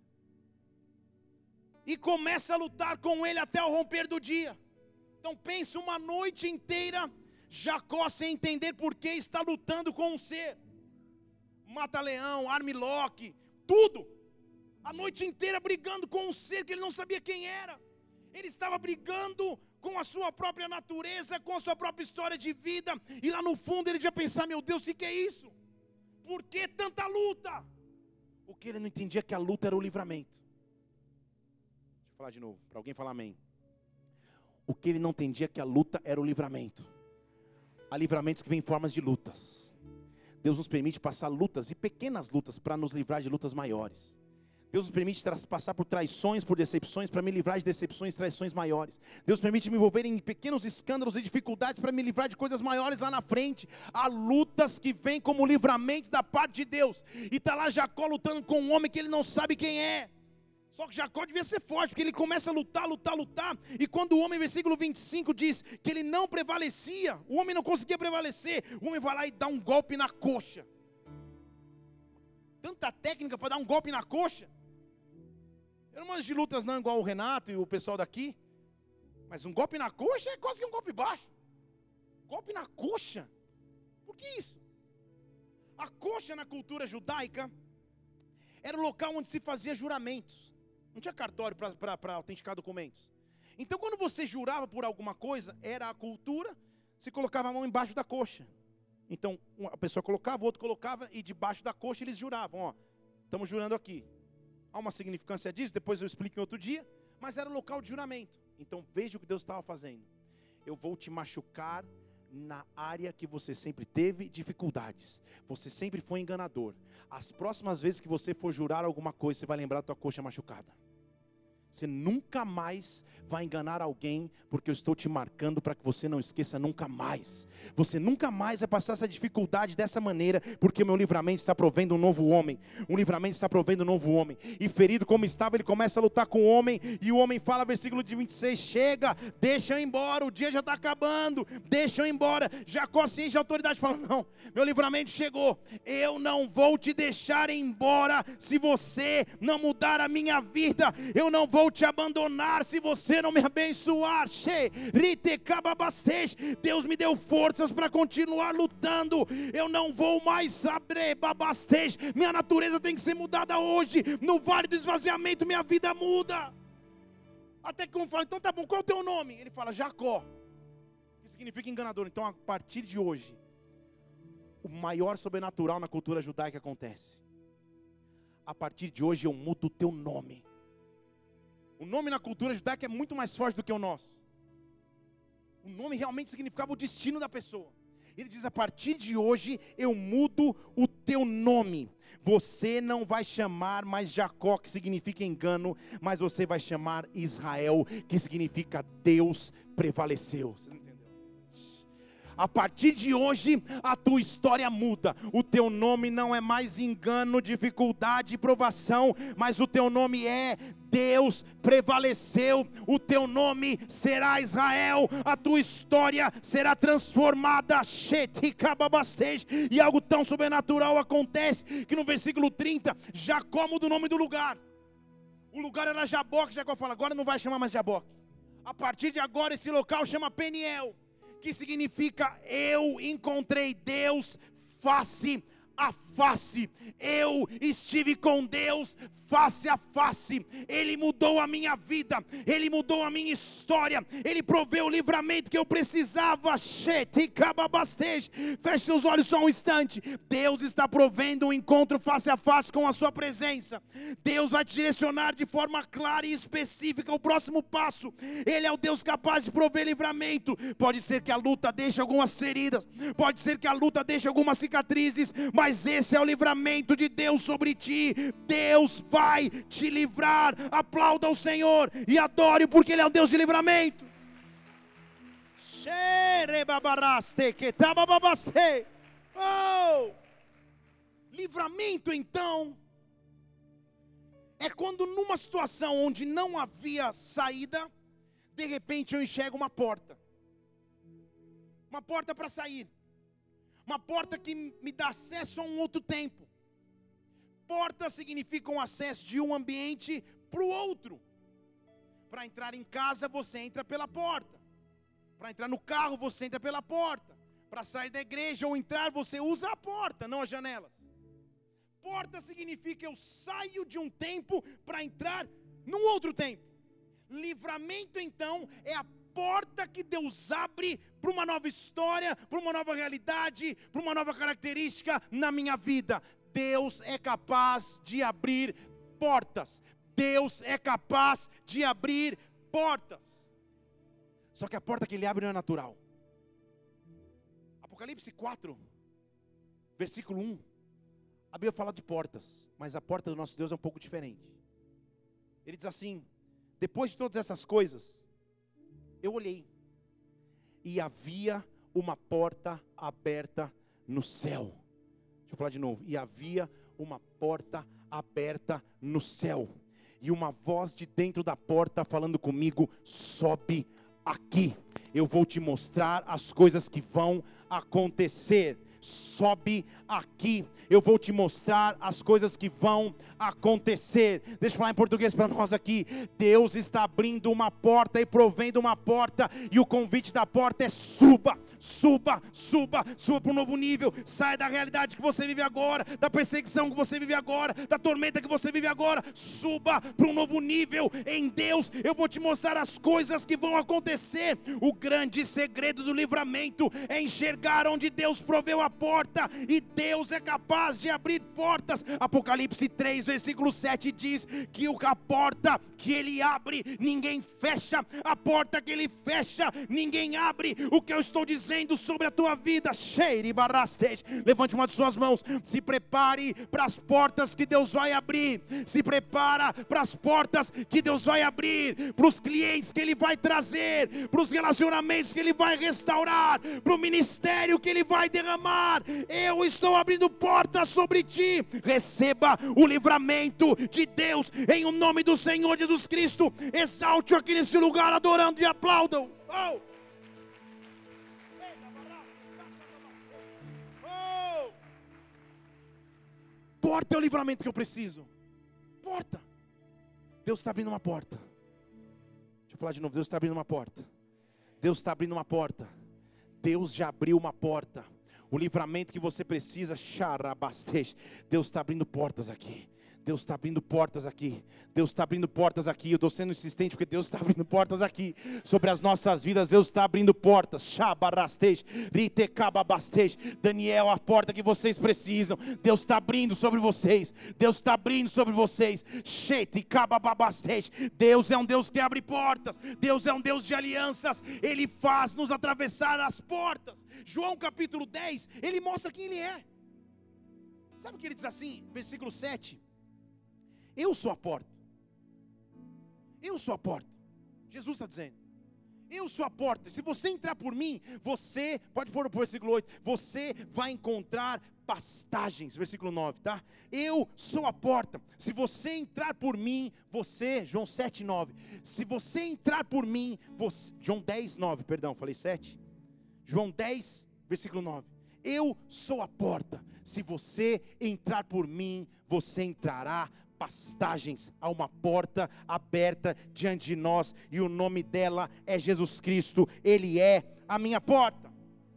E começa a lutar com ele até o romper do dia. Então pensa, uma noite inteira, Jacó sem entender por que está lutando com um ser. Mata-leão, armlock, tudo. A noite inteira brigando com um ser que ele não sabia quem era. Ele estava brigando com a sua própria natureza, com a sua própria história de vida. E lá no fundo ele devia pensar, meu Deus, o que é isso? Por que tanta luta? O que ele não entendia é que a luta era o livramento. Deixa eu falar de novo, para alguém falar amém. O que ele não entendia é que a luta era o livramento. Há livramentos que vêm em formas de lutas. Deus nos permite passar lutas e pequenas lutas para nos livrar de lutas maiores. Deus nos permite passar por traições, por decepções, para me livrar de decepções e traições maiores. Deus permite me envolver em pequenos escândalos e dificuldades para me livrar de coisas maiores lá na frente. Há lutas que vêm como livramento da parte de Deus. E está lá Jacó lutando com um homem que ele não sabe quem é. Só que Jacó devia ser forte, porque ele começa a lutar, lutar, lutar. E quando o homem, versículo vinte e cinco, diz que ele não prevalecia, o homem não conseguia prevalecer, o homem vai lá e dá um golpe na coxa. Tanta técnica para dar um golpe na coxa. Eu não manjo de lutas não, igual o Renato e o pessoal daqui. Mas um golpe na coxa é quase que um golpe baixo. Golpe na coxa? Por que isso? A coxa na cultura judaica era o local onde se fazia juramentos. Não tinha cartório para autenticar documentos. Então quando você jurava por alguma coisa, era a cultura, você colocava a mão embaixo da coxa. Então a pessoa colocava, o outro colocava, e debaixo da coxa eles juravam, ó, estamos jurando aqui. Há uma significância disso, depois eu explico em outro dia, mas era o local de juramento. Então veja o que Deus estava fazendo. Eu vou te machucar na área que você sempre teve dificuldades. Você sempre foi enganador. As próximas vezes que você for jurar alguma coisa, você vai lembrar da tua coxa machucada. Você nunca mais vai enganar alguém, porque eu estou te marcando para que você não esqueça nunca mais. Você nunca mais vai passar essa dificuldade dessa maneira, porque o meu livramento está provendo um novo homem. O livramento está provendo um novo homem. E ferido como estava, ele começa a lutar com o homem, e o homem fala, versículo de vinte e seis, chega, deixa eu ir embora, o dia já está acabando, deixa eu ir embora. Jacó, ciente de autoridade, fala, não, meu livramento chegou, eu não vou te deixar ir embora, se você não mudar a minha vida, eu não vou te abandonar se você não me abençoar. Deus me deu forças para continuar lutando. Eu não vou mais abrir babastej. Minha natureza tem que ser mudada hoje. No vale do esvaziamento minha vida muda. Até que um fala, então tá bom, qual é o teu nome? Ele fala, Jacó, que significa enganador. Então a partir de hoje, o maior sobrenatural na cultura judaica acontece. A partir de hoje eu mudo o teu nome. O nome na cultura judaica é muito mais forte do que o nosso. O nome realmente significava o destino da pessoa. Ele diz, a partir de hoje eu mudo o teu nome. Você não vai chamar mais Jacó, que significa engano, mas você vai chamar Israel, que significa Deus prevaleceu. Vocês entenderam? A partir de hoje, a tua história muda. O teu nome não é mais engano, dificuldade e provação, mas o teu nome é Deus prevaleceu. O teu nome será Israel. A tua história será transformada. E algo tão sobrenatural acontece, que no versículo trinta, Jacó muda o nome do lugar. O lugar era Jaboque. Jacó fala, agora não vai chamar mais Jaboque. A partir de agora esse local chama Peniel, que significa eu encontrei Deus face a face. Eu estive com Deus face a face. Ele mudou a minha vida, Ele mudou a minha história, Ele proveu o livramento que eu precisava. Feche seus olhos só um instante. Deus está provendo um encontro face a face com a sua presença. Deus vai te direcionar de forma clara e específica o próximo passo. Ele é o Deus capaz de prover livramento. Pode ser que a luta deixe algumas feridas, pode ser que a luta deixe algumas cicatrizes, mas esse é o livramento de Deus sobre ti. Deus vai te livrar. Aplauda o Senhor e adore, porque Ele é um Deus de livramento. Oh! Livramento, então, é quando numa situação onde não havia saída, de repente eu enxergo uma porta. Uma porta para sair. Uma porta que me dá acesso a um outro tempo. Porta significa um acesso de um ambiente para o outro. Para entrar em casa você entra pela porta. Para entrar no carro você entra pela porta. Para sair da igreja ou entrar você usa a porta, não as janelas. Porta significa eu saio de um tempo para entrar num outro tempo. Livramento então é a porta que Deus abre para uma nova história, para uma nova realidade, para uma nova característica na minha vida. Deus é capaz de abrir portas. Deus é capaz de abrir portas. Só que a porta que Ele abre não é natural. Apocalipse quatro, versículo um. A Bíblia fala de portas, mas a porta do nosso Deus é um pouco diferente. Ele diz assim: depois de todas essas coisas, eu olhei, e havia uma porta aberta no céu. Deixa eu falar de novo. E havia uma porta aberta no céu. E uma voz de dentro da porta falando comigo: sobe aqui. Eu vou te mostrar as coisas que vão acontecer. Sobe aqui. Eu vou te mostrar as coisas que vão acontecer. Deixa eu falar em português para nós aqui. Deus está abrindo uma porta e provendo uma porta. E o convite da porta é: suba, suba, suba, suba para um novo nível. Saia da realidade que você vive agora, da perseguição que você vive agora, da tormenta que você vive agora. Suba para um novo nível em Deus. Eu vou te mostrar as coisas que vão acontecer. O grande segredo do livramento é enxergar onde Deus proveu a porta, e Deus é capaz de abrir portas. Apocalipse três, versículo sete diz que a porta que Ele abre, ninguém fecha. A porta que Ele fecha, ninguém abre. O que eu estou dizendo sobre a tua vida, levante uma de suas mãos. Se prepare para as portas que Deus vai abrir. Se prepara para as portas que Deus vai abrir, para os clientes que Ele vai trazer, para os relacionamentos que Ele vai restaurar, para o ministério que Ele vai derramar. Eu estou abrindo portas sobre ti. Receba o livramento de Deus em o nome do Senhor Jesus Cristo. Exalte-o aqui nesse lugar, adorando e aplaudam. Oh! Oh! Porta é o livramento que eu preciso. Porta. Deus está abrindo uma porta. Deixa eu falar de novo. Deus está abrindo uma porta. Deus está abrindo uma porta. Deus já abriu uma porta. O livramento que você precisa, Deus está abrindo portas aqui. Deus está abrindo portas aqui. Deus está abrindo portas aqui. Eu estou sendo insistente porque Deus está abrindo portas aqui. Sobre as nossas vidas, Deus está abrindo portas. Daniel, a porta que vocês precisam, Deus está abrindo sobre vocês. Deus está abrindo sobre vocês. Deus é um Deus que abre portas. Deus é um Deus de alianças. Ele faz nos atravessar as portas. João capítulo dez, ele mostra quem Ele é. Sabe o que ele diz assim? Versículo sete. Eu sou a porta. Eu sou a porta. Jesus está dizendo: eu sou a porta. Se você entrar por mim, você, pode pôr o versículo oito, você vai encontrar pastagens. Versículo nove, tá? Eu sou a porta. Se você entrar por mim, você, João sete, nove. Se você entrar por mim, você, João dez, nove, perdão, falei sete. João dez, versículo nove. Eu sou a porta. Se você entrar por mim, você entrará pastagens. Há uma porta aberta diante de nós, e o nome dela é Jesus Cristo. Ele é a minha porta.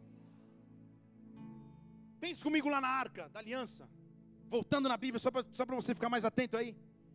Pense comigo lá na arca da aliança, voltando na Bíblia, só para só para você ficar mais atento aí.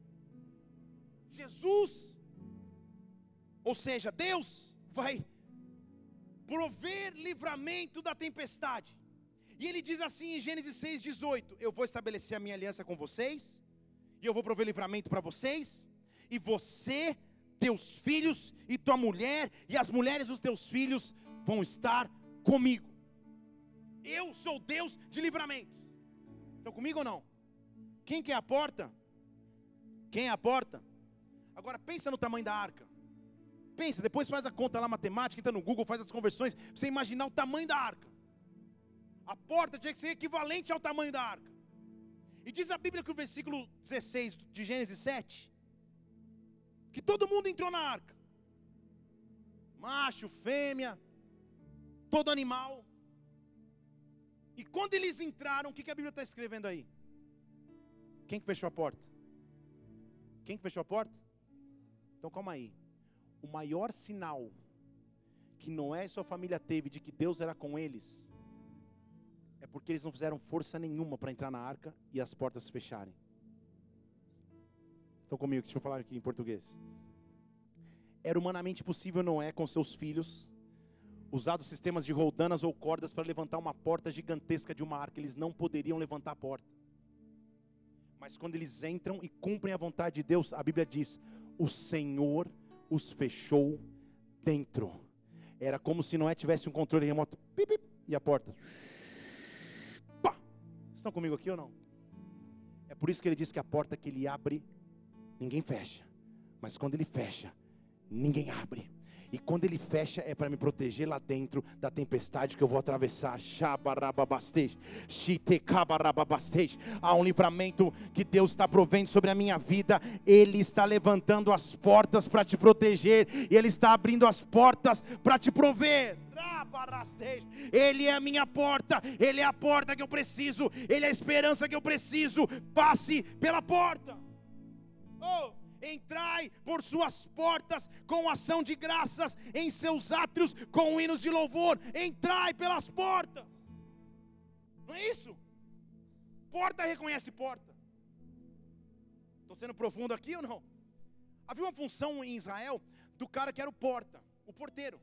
Jesus, ou seja, Deus vai prover livramento da tempestade. E Ele diz assim em Gênesis seis, dezoito: eu vou estabelecer a minha aliança com vocês, e eu vou prover livramento para vocês, e você, teus filhos e tua mulher, e as mulheres dos teus filhos vão estar comigo. Eu sou Deus de livramentos. Estão comigo ou não? Quem que é a porta? Quem é a porta? Agora pensa no tamanho da arca. Pensa, depois faz a conta lá matemática, entra no Google, faz as conversões, para você imaginar o tamanho da arca. A porta tinha que ser equivalente ao tamanho da arca. E diz a Bíblia que o versículo dezesseis de Gênesis sete, que todo mundo entrou na arca. Macho, fêmea, todo animal. E quando eles entraram, o que a Bíblia está escrevendo aí? Quem que fechou a porta? Quem que fechou a porta? Então calma aí. O maior sinal que Noé e sua família teve de que Deus era com eles, é porque eles não fizeram força nenhuma para entrar na arca e as portas se fecharem. Estão comigo? Deixa eu falar aqui em português. Era humanamente possível Noé com seus filhos usar os sistemas de roldanas ou cordas para levantar uma porta gigantesca de uma arca. Eles não poderiam levantar a porta. Mas quando eles entram e cumprem a vontade de Deus, a Bíblia diz: o Senhor os fechou dentro. Era como se Noé tivesse um controle remoto, pip, pip, e a porta. Pá! Vocês estão comigo aqui ou não? É por isso que ele diz que a porta que ele abre, ninguém fecha. Mas quando Ele fecha, ninguém abre. E quando Ele fecha é para me proteger lá dentro da tempestade que eu vou atravessar. Há um livramento que Deus está provendo sobre a minha vida. Ele está levantando as portas para te proteger. E Ele está abrindo as portas para te prover. Ele é a minha porta. Ele é a porta que eu preciso. Ele é a esperança que eu preciso. Passe pela porta. Oh! Entrai por suas portas com ação de graças, em seus átrios com hinos de louvor. Entrai pelas portas. Não é isso? Porta reconhece porta. Estou sendo profundo aqui ou não? Havia uma função em Israel do cara que era o porta, o porteiro.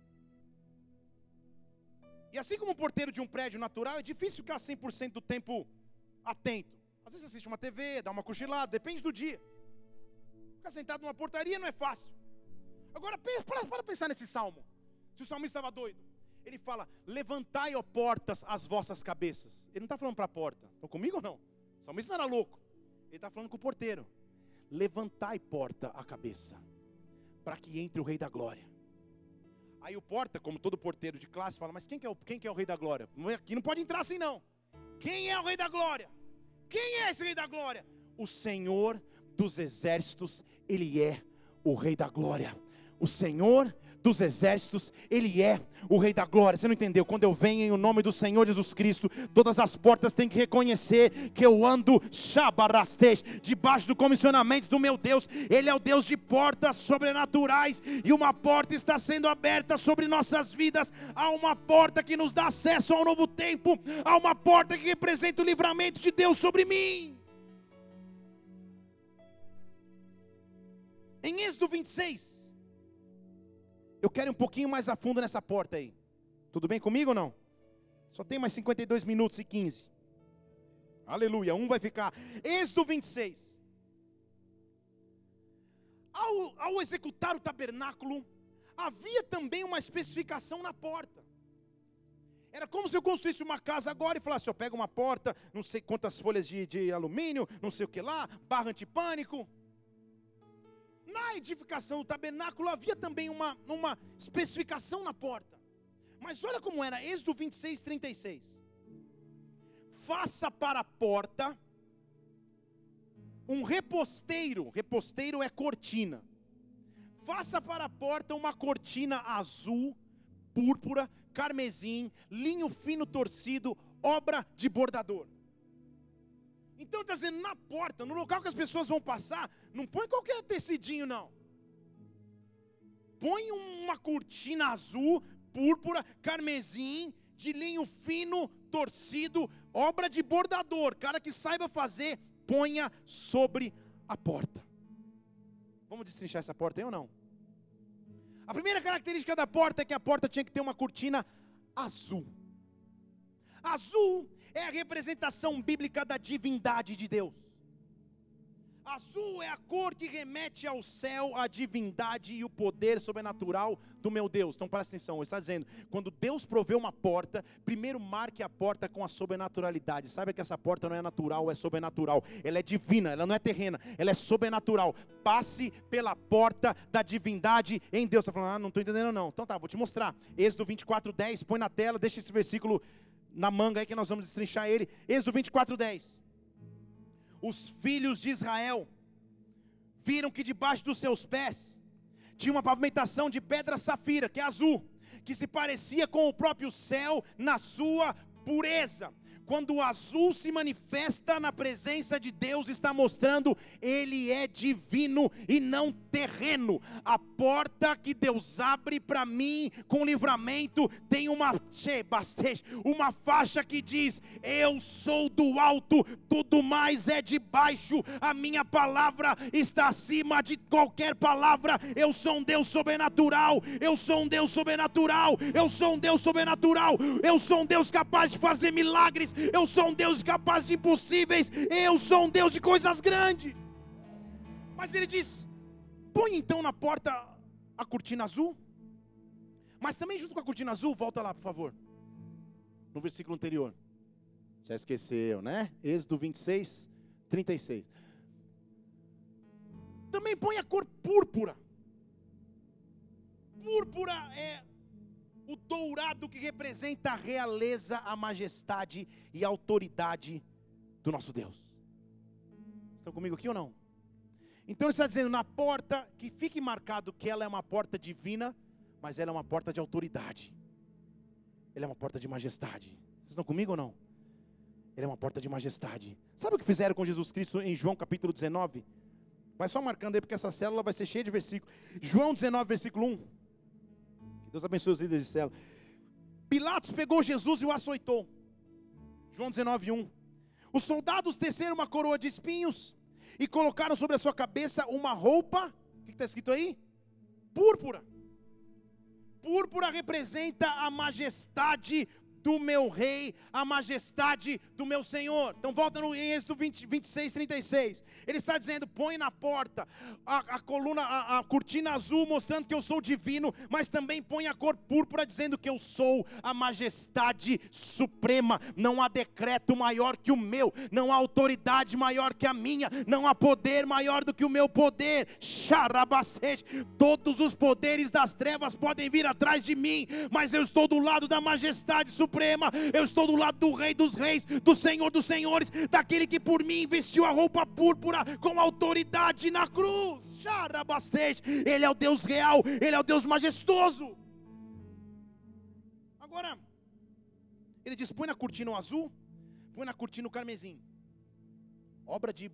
E assim como o porteiro de um prédio natural, é difícil ficar cem por cento do tempo atento. Às vezes assiste uma T V, dá uma cochilada, depende do dia. Ficar sentado numa portaria não é fácil. Agora, para, para pensar nesse salmo. Se o salmista estava doido. Ele fala, levantai, ó portas, as vossas cabeças. Ele não está falando para a porta. Estão comigo ou não? O salmista não era louco. Ele está falando com o porteiro. Levantai, porta, a cabeça, para que entre o Rei da Glória. Aí o porta, como todo porteiro de classe, fala, mas quem que é o, quem que é o Rei da Glória? Aqui não pode entrar assim não. Quem é o Rei da Glória? Quem é esse Rei da Glória? O Senhor dos exércitos, Ele é o Rei da Glória. O Senhor dos exércitos, Ele é o Rei da Glória. Você não entendeu? Quando eu venho em o nome do Senhor Jesus Cristo, todas as portas têm que reconhecer que eu ando shabarastej, debaixo do comissionamento do meu Deus. Ele é o Deus de portas sobrenaturais, e uma porta está sendo aberta sobre nossas vidas. Há uma porta que nos dá acesso ao novo tempo. Há uma porta que representa o livramento de Deus sobre mim. Em Êxodo vinte e seis, eu quero ir um pouquinho mais a fundo nessa porta aí. Tudo bem comigo ou não? Só tem mais cinquenta e dois minutos e quinze. Aleluia, um vai ficar. Êxodo vinte e seis. Ao, ao executar o tabernáculo, havia também uma especificação na porta. Era como se eu construísse uma casa agora e falasse, eu pego uma porta, não sei quantas folhas de, de alumínio, não sei o que lá, barra antipânico. Na edificação do tabernáculo havia também uma, uma especificação na porta. Mas olha como era, Êxodo vinte e seis, trinta e seis. Faça para a porta um reposteiro. Reposteiro é cortina. Faça para a porta uma cortina azul, púrpura, carmesim, linho fino torcido, obra de bordador. Então está dizendo, na porta, no local que as pessoas vão passar, não põe qualquer tecidinho não. Põe uma cortina azul, púrpura, carmesim, de linho fino, torcido, obra de bordador. Cara que saiba fazer, ponha sobre a porta. Vamos destrinchar essa porta aí ou não? A primeira característica da porta é que a porta tinha que ter uma cortina azul. Azul é a representação bíblica da divindade de Deus. Azul é a cor que remete ao céu, à divindade e o poder sobrenatural do meu Deus. Então presta atenção, ele está dizendo, quando Deus provê uma porta, primeiro marque a porta com a sobrenaturalidade. Saiba que essa porta não é natural, é sobrenatural. Ela é divina, ela não é terrena, ela é sobrenatural. Passe pela porta da divindade em Deus. Você está falando, ah, não estou entendendo não. Então tá, vou te mostrar. Êxodo vinte e quatro, dez, põe na tela, deixa esse versículo na manga aí que nós vamos destrinchar ele. Êxodo vinte e quatro, dez. Os filhos de Israel viram que debaixo dos seus pés tinha uma pavimentação de pedra safira, que é azul, que se parecia com o próprio céu na sua pureza. Quando o azul se manifesta na presença de Deus, está mostrando Ele é divino e não terreno. A porta que Deus abre para mim com livramento tem uma, uma faixa que diz, eu sou do alto, tudo mais é de baixo. A minha palavra está acima de qualquer palavra. Eu sou um Deus sobrenatural, eu sou um Deus sobrenatural, eu sou um Deus sobrenatural, eu sou um Deus capaz de fazer milagres. Eu sou um Deus capaz de impossíveis. Eu sou um Deus de coisas grandes. Mas ele diz, põe então na porta a cortina azul. Mas também junto com a cortina azul, volta lá por favor, no versículo anterior. Já esqueceu, né? Êxodo vinte e seis, trinta e seis. também põe a cor púrpura. Púrpura é o dourado que representa a realeza, a majestade e a autoridade do nosso Deus. Estão comigo aqui ou não? Então ele está dizendo na porta, que fique marcado que ela é uma porta divina, mas ela é uma porta de autoridade. Ela é uma porta de majestade. Vocês estão comigo ou não? Ela é uma porta de majestade. Sabe o que fizeram com Jesus Cristo em João capítulo dezenove? Vai só marcando aí, porque essa célula vai ser cheia de versículos. João dezenove, versículo um. Que Deus abençoe os líderes de célula. Pilatos pegou Jesus e o açoitou. João dezenove, um. Os soldados teceram uma coroa de espinhos e colocaram sobre a sua cabeça uma roupa. O que está escrito aí? Púrpura. Púrpura representa a majestade do meu rei, a majestade do meu Senhor. Então volta no, em Êxodo vinte, vinte e seis, trinta e seis. Ele está dizendo, põe na porta a, a coluna, a, a cortina azul, mostrando que eu sou divino, mas também põe a cor púrpura, dizendo que eu sou a majestade suprema. Não há decreto maior que o meu, não há autoridade maior que a minha, não há poder maior do que o meu poder. Xarabacete, todos os poderes das trevas podem vir atrás de mim, mas eu estou do lado da majestade suprema. Eu estou do lado do Rei dos Reis, do Senhor dos Senhores, daquele que por mim vestiu a roupa púrpura com autoridade na cruz. Ele é o Deus real, Ele é o Deus majestoso. Agora, ele diz, põe na cortina o azul, põe na cortina o carmesim. Obra de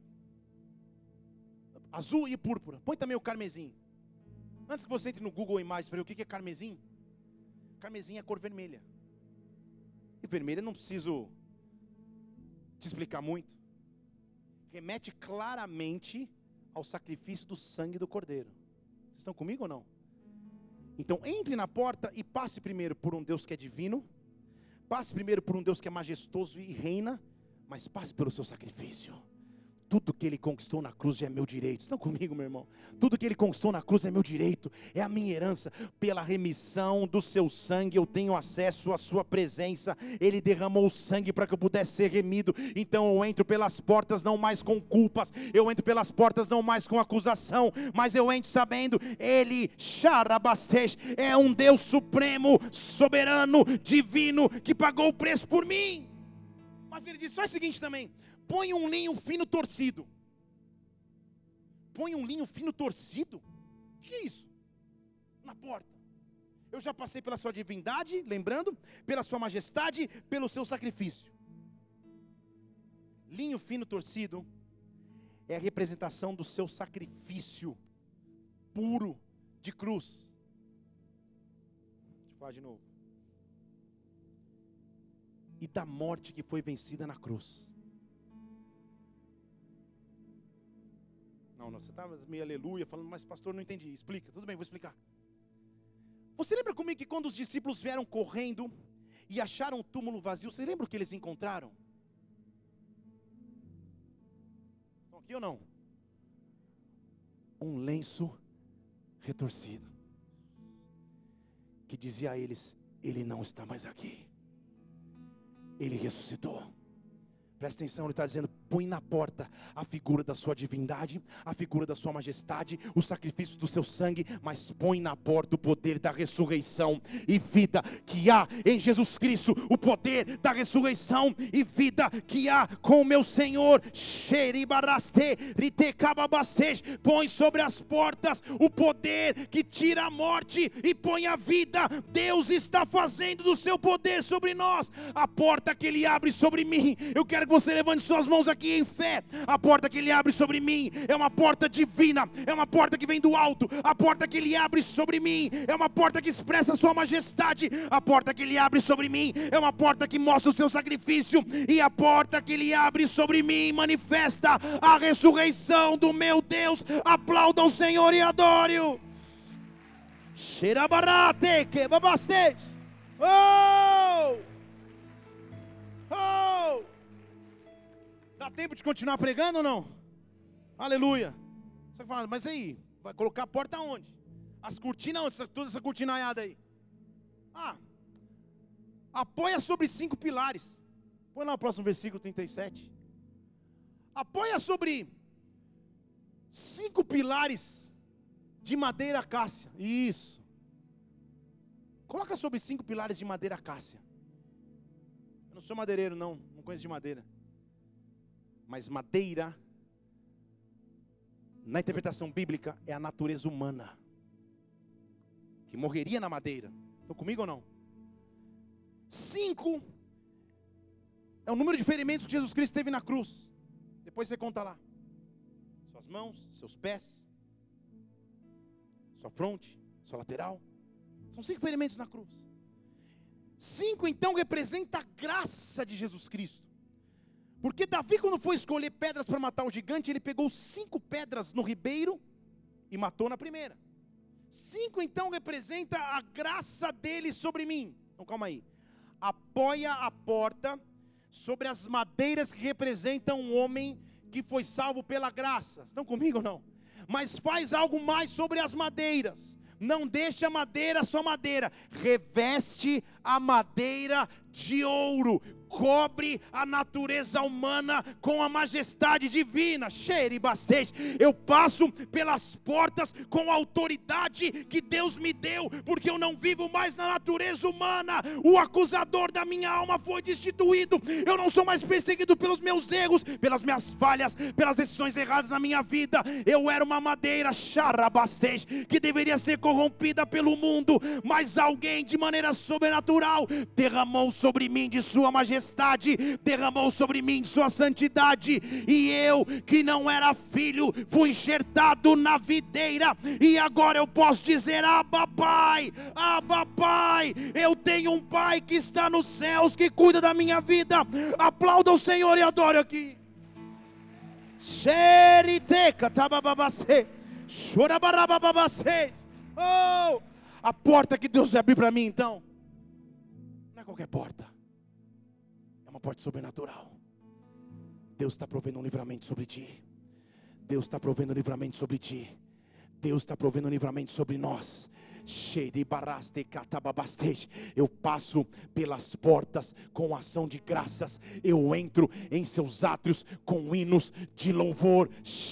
azul e púrpura. Põe também o carmesim. Antes que você entre no Google Imagens para ver o que é carmesim. Carmesim é cor vermelha. E vermelha não preciso te explicar muito. Remete claramente ao sacrifício do sangue do cordeiro. Vocês estão comigo ou não? Então entre na porta e passe primeiro por um Deus que é divino. Passe primeiro por um Deus que é majestoso e reina. Mas passe pelo seu sacrifício. Tudo que Ele conquistou na cruz já é meu direito. Estão comigo, meu irmão? Tudo que Ele conquistou na cruz é meu direito, é a minha herança. Pela remissão do seu sangue eu tenho acesso à sua presença. Ele derramou o sangue para que eu pudesse ser remido. Então eu entro pelas portas não mais com culpas, eu entro pelas portas não mais com acusação, mas eu entro sabendo, Ele, Xarabastej, é um Deus supremo, soberano, divino, que pagou o preço por mim. Mas Ele diz, faz o seguinte também, põe um linho fino torcido. Põe um linho fino torcido? O que é isso? Na porta. Eu já passei pela sua divindade, lembrando, pela sua majestade, pelo seu sacrifício. Linho fino torcido é a representação do seu sacrifício puro de cruz. Deixa eu falar de novo. E da morte que foi vencida na cruz. Não, não, você está meio aleluia, falando, mas pastor, não entendi. Explica, tudo bem, vou explicar. Você lembra comigo que quando os discípulos vieram correndo e acharam o túmulo vazio, você lembra o que eles encontraram? Estão aqui ou não? Um lenço retorcido, que dizia a eles, Ele não está mais aqui. Ele ressuscitou. Presta atenção, ele está dizendo, põe na porta a figura da sua divindade, a figura da sua majestade, o sacrifício do seu sangue, mas põe na porta o poder da ressurreição e vida que há em Jesus Cristo, o poder da ressurreição e vida que há com o meu Senhor. Põe sobre as portas o poder que tira a morte e põe a vida. Deus está fazendo do seu poder sobre nós, a porta que Ele abre sobre mim. Eu quero que você levante suas mãos aqui em fé. A porta que Ele abre sobre mim é uma porta divina, é uma porta que vem do alto. A porta que Ele abre sobre mim é uma porta que expressa a sua majestade. A porta que Ele abre sobre mim é uma porta que mostra o seu sacrifício. E a porta que Ele abre sobre mim manifesta a ressurreição do meu Deus. Aplauda o Senhor e adore-o. Xerabarate, que babaste. Oh! Oh! Dá tempo de continuar pregando ou não? Aleluia. Você fala, mas aí, vai colocar a porta onde? As cortinas onde? Toda essa cortinaiada aí. Ah, apoia sobre cinco pilares. Põe lá o próximo versículo trinta e sete. Apoia sobre cinco pilares de madeira acácia. Isso. Coloca sobre cinco pilares de madeira acácia. Eu não sou madeireiro, não. Não conheço de madeira. Mas madeira, na interpretação bíblica, é a natureza humana, que morreria na madeira. Estão comigo ou não? Cinco é o número de ferimentos que Jesus Cristo teve na cruz. Depois você conta lá. Suas mãos, seus pés, sua fronte, sua lateral. São cinco ferimentos na cruz. Cinco então representa a graça de Jesus Cristo. Porque Davi, quando foi escolher pedras para matar o gigante, ele pegou cinco pedras no ribeiro e matou na primeira. Cinco então representa a graça dele sobre mim. Então calma aí. Apoia a porta sobre as madeiras que representam um homem que foi salvo pela graça. Estão comigo ou não? Mas faz algo mais sobre as madeiras. Não deixa a madeira só madeira. Reveste a madeira de ouro. Cobre a natureza humana com a majestade divina. Xeribastej. Eu passo pelas portas com a autoridade que Deus me deu, porque eu não vivo mais na natureza humana. O acusador da minha alma foi destituído. Eu não sou mais perseguido pelos meus erros, pelas minhas falhas, pelas decisões erradas na minha vida. Eu era uma madeira, xarabastej, que deveria ser corrompida pelo mundo, mas alguém de maneira sobrenatural derramou sobre mim de sua majestade, derramou sobre mim de sua santidade, e eu, que não era filho, fui enxertado na videira, e agora eu posso dizer: Abba Pai, Abba Pai, eu tenho um Pai que está nos céus, que cuida da minha vida. Aplauda o Senhor e adore aqui. Oh, a porta que Deus vai abrir para mim então não é qualquer porta, é uma porta sobrenatural. Deus está provendo um livramento sobre ti. Deus está provendo um livramento sobre ti. Deus está provendo um livramento sobre nós. Eu passo pelas portas com ação de graças. Eu entro em seus átrios com hinos de louvor.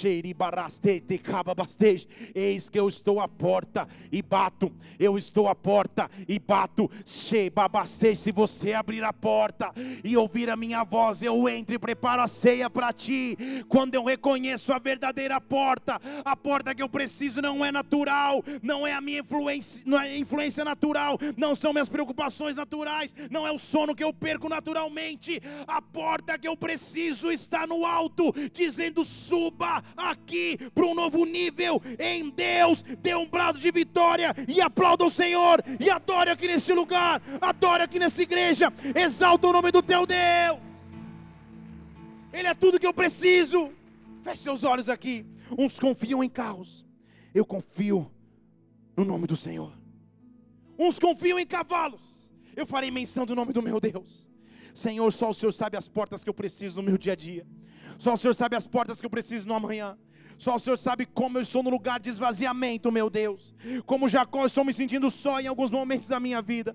Eis que eu estou à porta e bato. Eu estou à porta e bato. Se você abrir a porta e ouvir a minha voz, eu entro e preparo a ceia para ti. Quando eu reconheço a verdadeira porta, a porta que eu preciso não é natural, não é a minha influência, não é influência natural, não são minhas preocupações naturais, não é o sono que eu perco naturalmente. A porta que eu preciso está no alto, dizendo: suba aqui para um novo nível em Deus. Dê um brado de vitória e aplauda o Senhor, e adore aqui nesse lugar, adore aqui nessa igreja, exalta o nome do teu Deus. Ele é tudo que eu preciso. Feche seus olhos aqui. Uns confiam em carros, eu confio no nome do Senhor. Uns confiam em cavalos, eu farei menção do nome do meu Deus. Senhor, só o Senhor sabe as portas que eu preciso no meu dia a dia. Só o Senhor sabe as portas que eu preciso no amanhã. Só o Senhor sabe como eu estou no lugar de esvaziamento, meu Deus. Como Jacó, estou me sentindo só em alguns momentos da minha vida.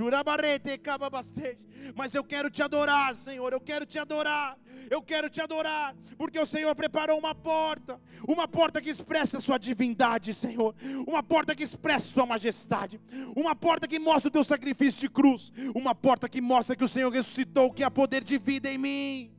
Mas eu quero te adorar, Senhor, eu quero te adorar. Eu quero te adorar, porque o Senhor preparou uma porta. Uma porta que expressa a sua divindade, Senhor. Uma porta que expressa a sua majestade. Uma porta que mostra o teu sacrifício de cruz. Uma porta que mostra que o Senhor ressuscitou, que há poder de vida em mim.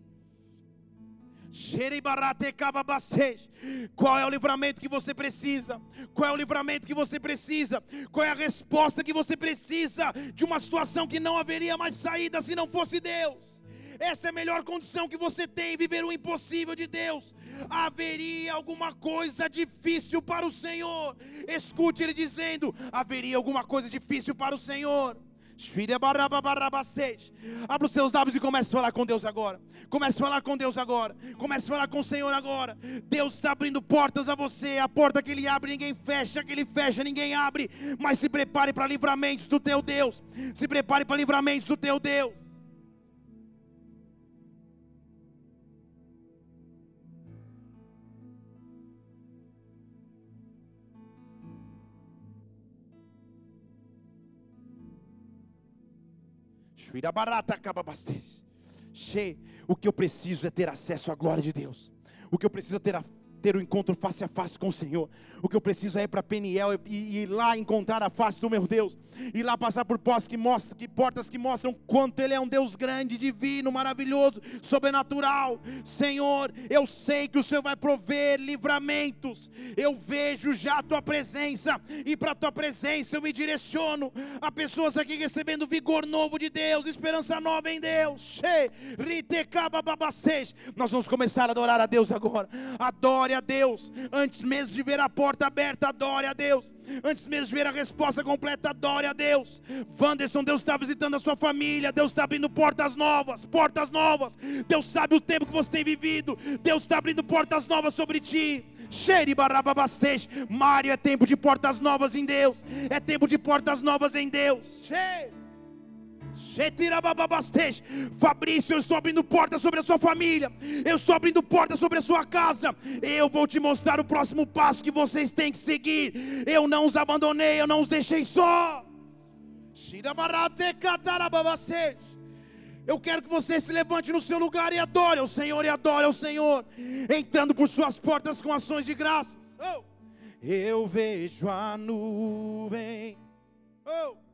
Qual é o livramento que você precisa? Qual é o livramento que você precisa? Qual é a resposta que você precisa de uma situação que não haveria mais saída se não fosse Deus? Essa é a melhor condição que você tem, viver o impossível de Deus. Haveria alguma coisa difícil para o Senhor? Escute Ele dizendo: haveria alguma coisa difícil para o Senhor. Abra os seus lábios e comece a falar com Deus agora. Comece a falar com Deus agora. Comece a falar com o Senhor agora. Deus está abrindo portas a você. A porta que Ele abre, ninguém fecha. A que Ele fecha, ninguém abre. Mas se prepare para livramentos do teu Deus. Se prepare para livramentos do teu Deus. O que eu preciso é ter acesso à glória de Deus. O que eu preciso é ter ter um encontro face a face com o Senhor. O que eu preciso é ir para Peniel e, e ir lá encontrar a face do meu Deus. Ir lá passar por portas que, mostram, que, portas que mostram quanto Ele é um Deus grande, divino, maravilhoso, sobrenatural. Senhor, eu sei que o Senhor vai prover livramentos. Eu vejo já a Tua presença. E para a Tua presença eu me direciono. Há pessoas aqui recebendo vigor novo de Deus, esperança nova em Deus. Nós vamos começar a adorar a Deus agora. Adore a Deus, antes mesmo de ver a porta aberta, adore a Deus, antes mesmo de ver a resposta completa, adore a Deus. Wanderson, Deus está visitando a sua família, Deus está abrindo portas novas, portas novas, Deus sabe o tempo que você tem vivido, Deus está abrindo portas novas sobre ti. Mário, é tempo de portas novas em Deus, é tempo de portas novas em Deus. Fabrício, eu estou abrindo portas sobre a sua família, eu estou abrindo portas sobre a sua casa. Eu vou te mostrar o próximo passo que vocês têm que seguir. Eu não os abandonei, eu não os deixei só. Eu quero que você se levante no seu lugar e adore ao Senhor, e adore ao Senhor, entrando por suas portas com ações de graças. Oh. Eu vejo a nuvem. Oh.